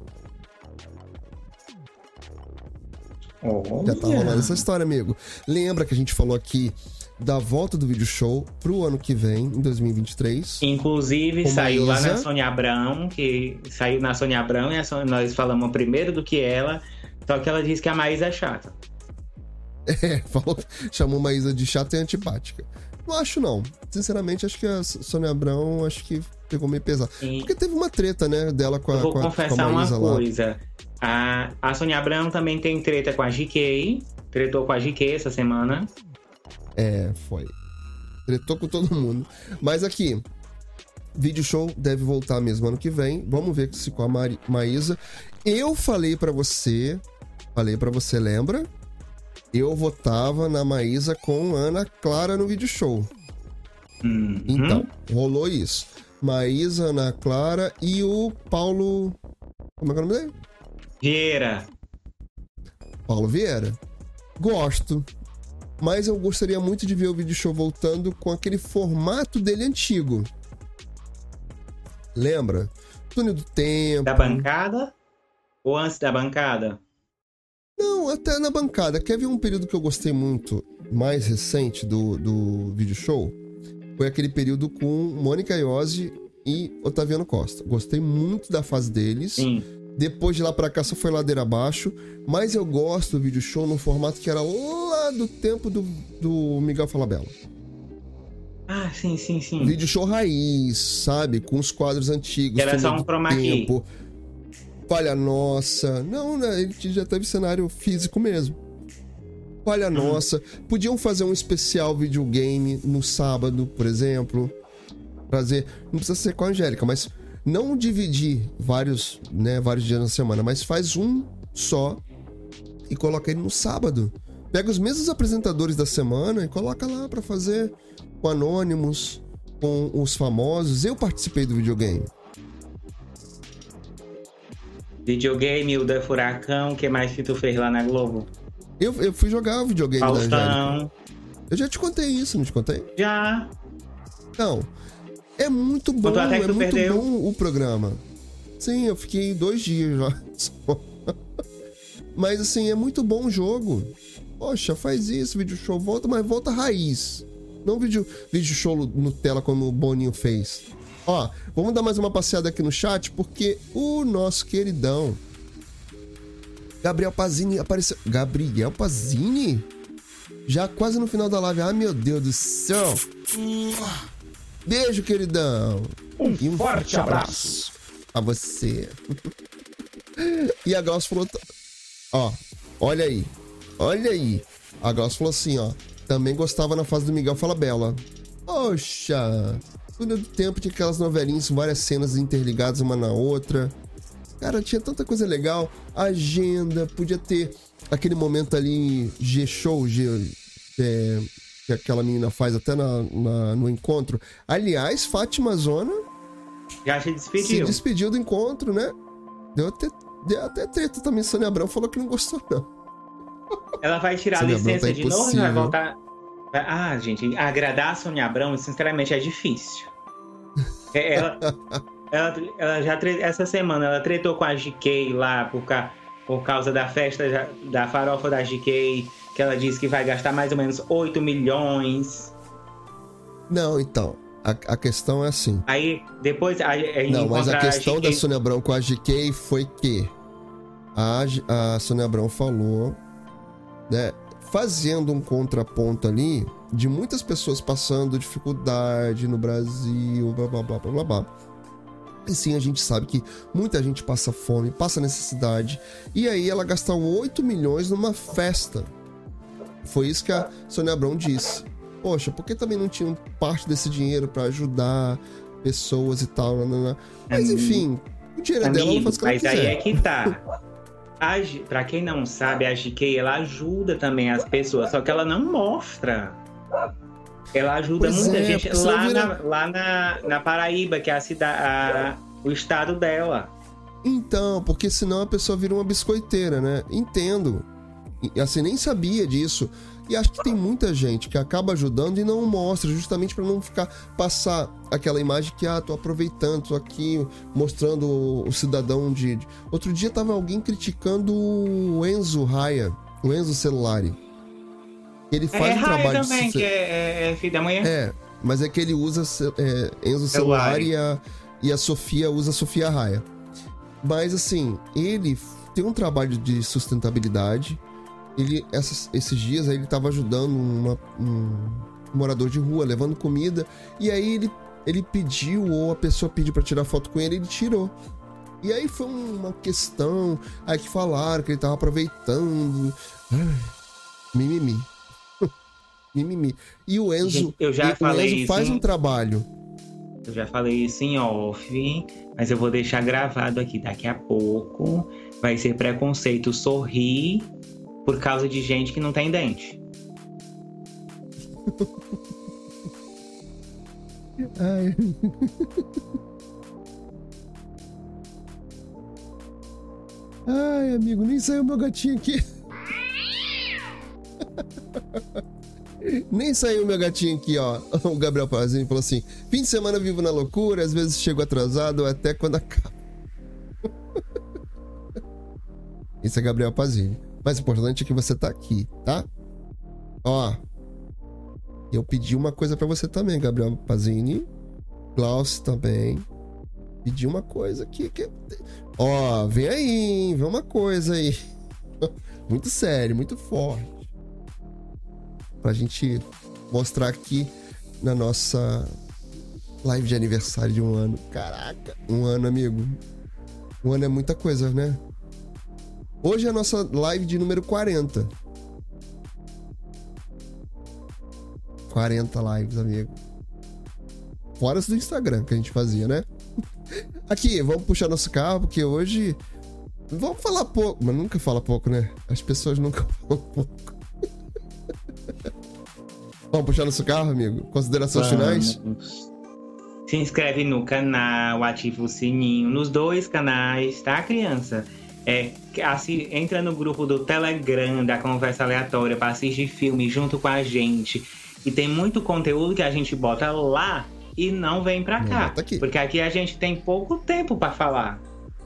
Oh, Já tá rolando essa história, amigo. Lembra que a gente falou aqui da volta do vídeo show pro ano que vem, em dois mil e vinte e três. Inclusive, com saiu Maísa. lá na Sônia Abrão, que saiu na Sônia Abrão e a Sônia, nós falamos primeiro do que ela, só que ela disse que a Maísa é chata. É, falou, chamou Maísa de chata e antipática. Não acho, não. Sinceramente, acho que a Sônia Abrão, acho que pegou meio pesado. E Porque teve uma treta, né, dela com a, eu vou com a, com a confessar Maísa uma lá. coisa. A, a Sônia Abrão também tem treta com a G K. Tretou com a G K essa semana. É, foi. Tretou com todo mundo. Mas aqui, vídeo show deve voltar mesmo ano que vem. Vamos ver se com a Mari, Maísa. Eu falei pra você, falei pra você, lembra? Eu votava na Maísa com Ana Clara no vídeo show. Uhum. Então, rolou isso. Maísa, Ana Clara e o Paulo... Como é que é o nome dele? Vieira. Paulo Vieira. Gosto. Mas eu gostaria muito de ver o vídeo show voltando com aquele formato dele antigo. Lembra? Túnel do Tempo. Da bancada? Ou antes da bancada? Não, até na bancada. Quer ver um período que eu gostei muito, mais recente do, do vídeo show? Foi aquele período com Mônica Iose e Otaviano Costa. Gostei muito da fase deles. Sim. Depois de lá pra cá só foi ladeira abaixo. Mas eu gosto do vídeo show no formato que era lá do tempo do, do Miguel Falabella. Ah, sim, sim, sim. Vídeo show raiz, sabe? Com os quadros antigos. Era só um chroma key. Falha Nossa. Não, né? Ele já teve cenário físico mesmo. Falha Nossa. Podiam fazer um especial videogame no sábado, por exemplo. Trazer... Não precisa ser com a Angélica, mas... Não dividir vários, né, vários dias na semana, mas faz um só e coloca ele no sábado. Pega os mesmos apresentadores da semana e coloca lá pra fazer com Anônimos, com os famosos. Eu participei do videogame. Videogame, o da Furacão, o que mais que tu fez lá na Globo? Eu, eu fui jogar o videogame da Angélica. Faustão. Eu já te contei isso, não te contei? Já. Não. É muito bom, Quanto até que é tu muito perdeu? bom o programa. Sim, eu fiquei dois dias já. Mas assim, é muito bom o jogo. Poxa, faz isso, vídeo show, volta, mas volta raiz. Não vídeo, vídeo show Nutella como o Boninho fez. Ó, vamos dar mais uma passeada aqui no chat, porque o nosso queridão Gabriel Pazini apareceu. Gabriel Pazini? Já quase no final da live. Ai, meu Deus do céu. Beijo, queridão. Um, e um forte abraço a você. E a Glaucia falou... Ó, olha aí. Olha aí. A Glaucia falou assim, ó. Também gostava na fase do Miguel Falabella. Poxa. Túnel do Tempo tinha aquelas novelinhas com várias cenas interligadas uma na outra. Cara, tinha tanta coisa legal. Agenda. Podia ter aquele momento ali G-Show, G... É, que aquela menina faz até na, na, no encontro. Aliás, Fátima Zona Já se despediu. se despediu do encontro, né? Deu até, deu até treta também. Sônia Abrão falou que não gostou, não. Ela vai tirar a Sônia Abrão licença tá de novo e vai impossível. voltar. Ah, gente, agradar a Sônia Abrão, sinceramente, é difícil. É, Ela, ela, ela já tre... essa semana ela tretou com a G K lá por, ca... por causa da festa da- da farofa da G K, que ela disse que vai gastar mais ou menos oito milhões. Não, então. A, a questão é assim. Aí depois a, a Não, mas a encontrar questão G K... da Sônia Abrão com a G K foi que a, G- a Sônia Abrão falou, né, fazendo um contraponto ali de muitas pessoas passando dificuldade no Brasil, blá blá blá blá blá blá. E sim, a gente sabe que muita gente passa fome, passa necessidade, e aí ela gastou oito milhões numa festa. Foi isso que a Sônia Abrão disse. Poxa, por que também não tinham parte desse dinheiro pra ajudar pessoas e tal. Não, não, não. Mas enfim, o dinheiro é dela, ela faz o que ela mas quiser. aí é que tá. A, G- pra quem não sabe, a G K, ela ajuda também as pessoas, só que ela não mostra. Ela ajuda Pois muita é, gente porque lá, senão vira- na, lá na, na Paraíba, que é a cidade, o estado dela. Então, porque senão a pessoa vira uma biscoiteira, né? Entendo. E, assim, nem sabia disso. E acho que tem muita gente que acaba ajudando e não mostra, justamente pra não ficar passar aquela imagem que, ah, tô aproveitando, tô aqui mostrando o, o cidadão de, de... Outro dia tava alguém criticando o Enzo Raya, o Enzo Celulari. Ele faz é um Raia trabalho também, de... que é, é filho da manhã. É, mas é que ele usa é, Enzo Celulari e a, e a Sofia usa Sofia Raya. Mas assim, ele tem um trabalho de sustentabilidade. Ele, essas, esses dias aí, ele tava ajudando uma, um morador de rua, levando comida. E aí ele, ele pediu, ou a pessoa pediu pra tirar foto com ele, ele tirou. E aí foi uma questão, aí que falaram que ele tava aproveitando. Ai, mimimi. Mimimi. E o Enzo, Eu já e, falei o Enzo isso faz em- um trabalho. Eu já falei isso em off, mas eu vou deixar gravado aqui. Daqui a pouco vai ser preconceito sorrir por causa de gente que não tem dente. Ai. Ai, amigo, nem saiu meu gatinho aqui. Nem saiu meu gatinho aqui, ó. O Gabriel Pazinho falou assim: fim de semana eu vivo na loucura, às vezes chego atrasado até quando acaba. Esse é Gabriel Pazinho. Mas o importante é que você tá aqui, tá? Ó. Eu pedi uma coisa pra você também, Gabriel Pazini. Klaus também. Pedi uma coisa aqui. Que... Ó, vem aí, hein? Vem uma coisa aí. Muito sério, muito forte. Pra gente mostrar aqui na nossa live de aniversário de um ano. Caraca, um ano, amigo. Um ano é muita coisa, né? Hoje é a nossa live de número quarenta. quarenta lives, amigo. Fora as do Instagram que a gente fazia, né? Aqui, vamos puxar nosso carro, porque hoje... Vamos falar pouco, mas nunca fala pouco, né? As pessoas nunca falam pouco. Vamos puxar nosso carro, amigo? Considerações finais? Se inscreve no canal, ativa o sininho, nos dois canais, tá, criança? É, assim, entra no grupo do Telegram da Conversa Aleatória para assistir filme junto com a gente. E tem muito conteúdo que a gente bota lá e não vem pra cá. Bota aqui. Porque aqui a gente tem pouco tempo pra falar.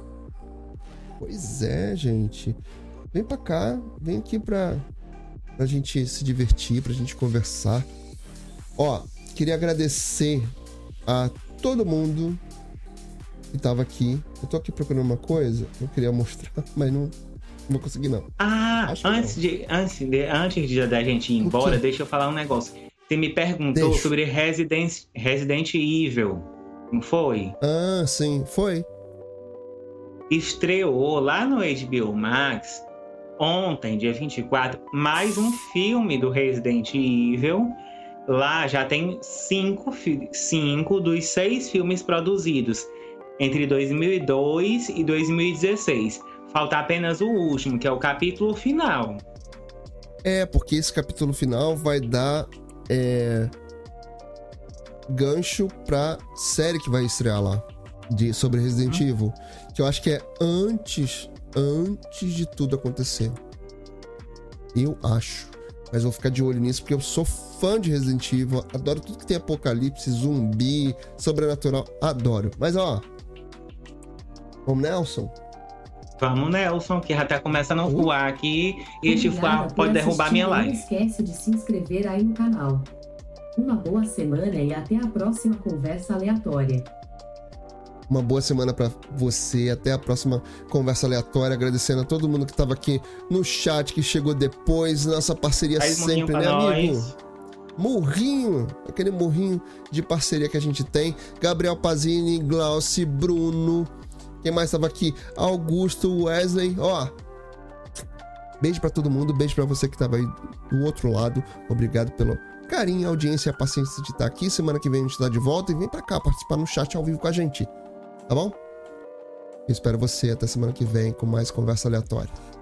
Pois é, gente. Vem pra cá, vem aqui pra, pra gente se divertir, pra gente conversar. Ó, queria agradecer a todo mundo que tava aqui. Eu tô aqui procurando uma coisa, eu queria mostrar, mas não, não vou conseguir não. Ah, Acho que antes não. de, antes, de, antes de da gente ir embora, quê? deixa eu falar um negócio. Você me perguntou Deixa. sobre Resident, Resident Evil, não foi? Ah, sim, foi. Estreou lá no H B O Max, ontem, dia vinte e quatro, mais um filme do Resident Evil. Lá já tem cinco, fi- cinco dos seis filmes produzidos entre dois mil e dois e dois mil e dezesseis. Falta apenas o último, que é o capítulo final. É, porque esse capítulo final vai dar é, gancho pra série que vai estrear lá de, sobre Resident Hum. Evil. Que eu acho que é antes, antes de tudo acontecer. Eu acho. Mas vou ficar de olho nisso, porque eu sou fã de Resident Evil. Adoro tudo que tem apocalipse, zumbi, sobrenatural. Adoro. Mas ó. Vamos, Nelson? Vamos, Nelson, que já tá começando a Uh. voar aqui. E este Obrigada voar por pode derrubar assistir. minha Não live. esquece de se inscrever aí no canal. Uma boa semana e até a próxima conversa aleatória. Uma boa semana pra você. Até a próxima conversa aleatória. Agradecendo a todo mundo que tava aqui no chat, que chegou depois. Nossa parceria Faz murrinho sempre, pra né, amigo? nós. Murrinho, aquele murrinho de parceria que a gente tem. Gabriel Pazini, Glauci, Bruno. Quem mais tava aqui? Augusto, Wesley. Ó, beijo pra todo mundo. Beijo pra você que tava aí do outro lado. Obrigado pelo carinho, a audiência e a paciência de estar aqui. Semana que vem a gente tá de volta e vem pra cá participar no chat ao vivo com a gente. Tá bom? Eu espero você até semana que vem com mais conversa aleatória.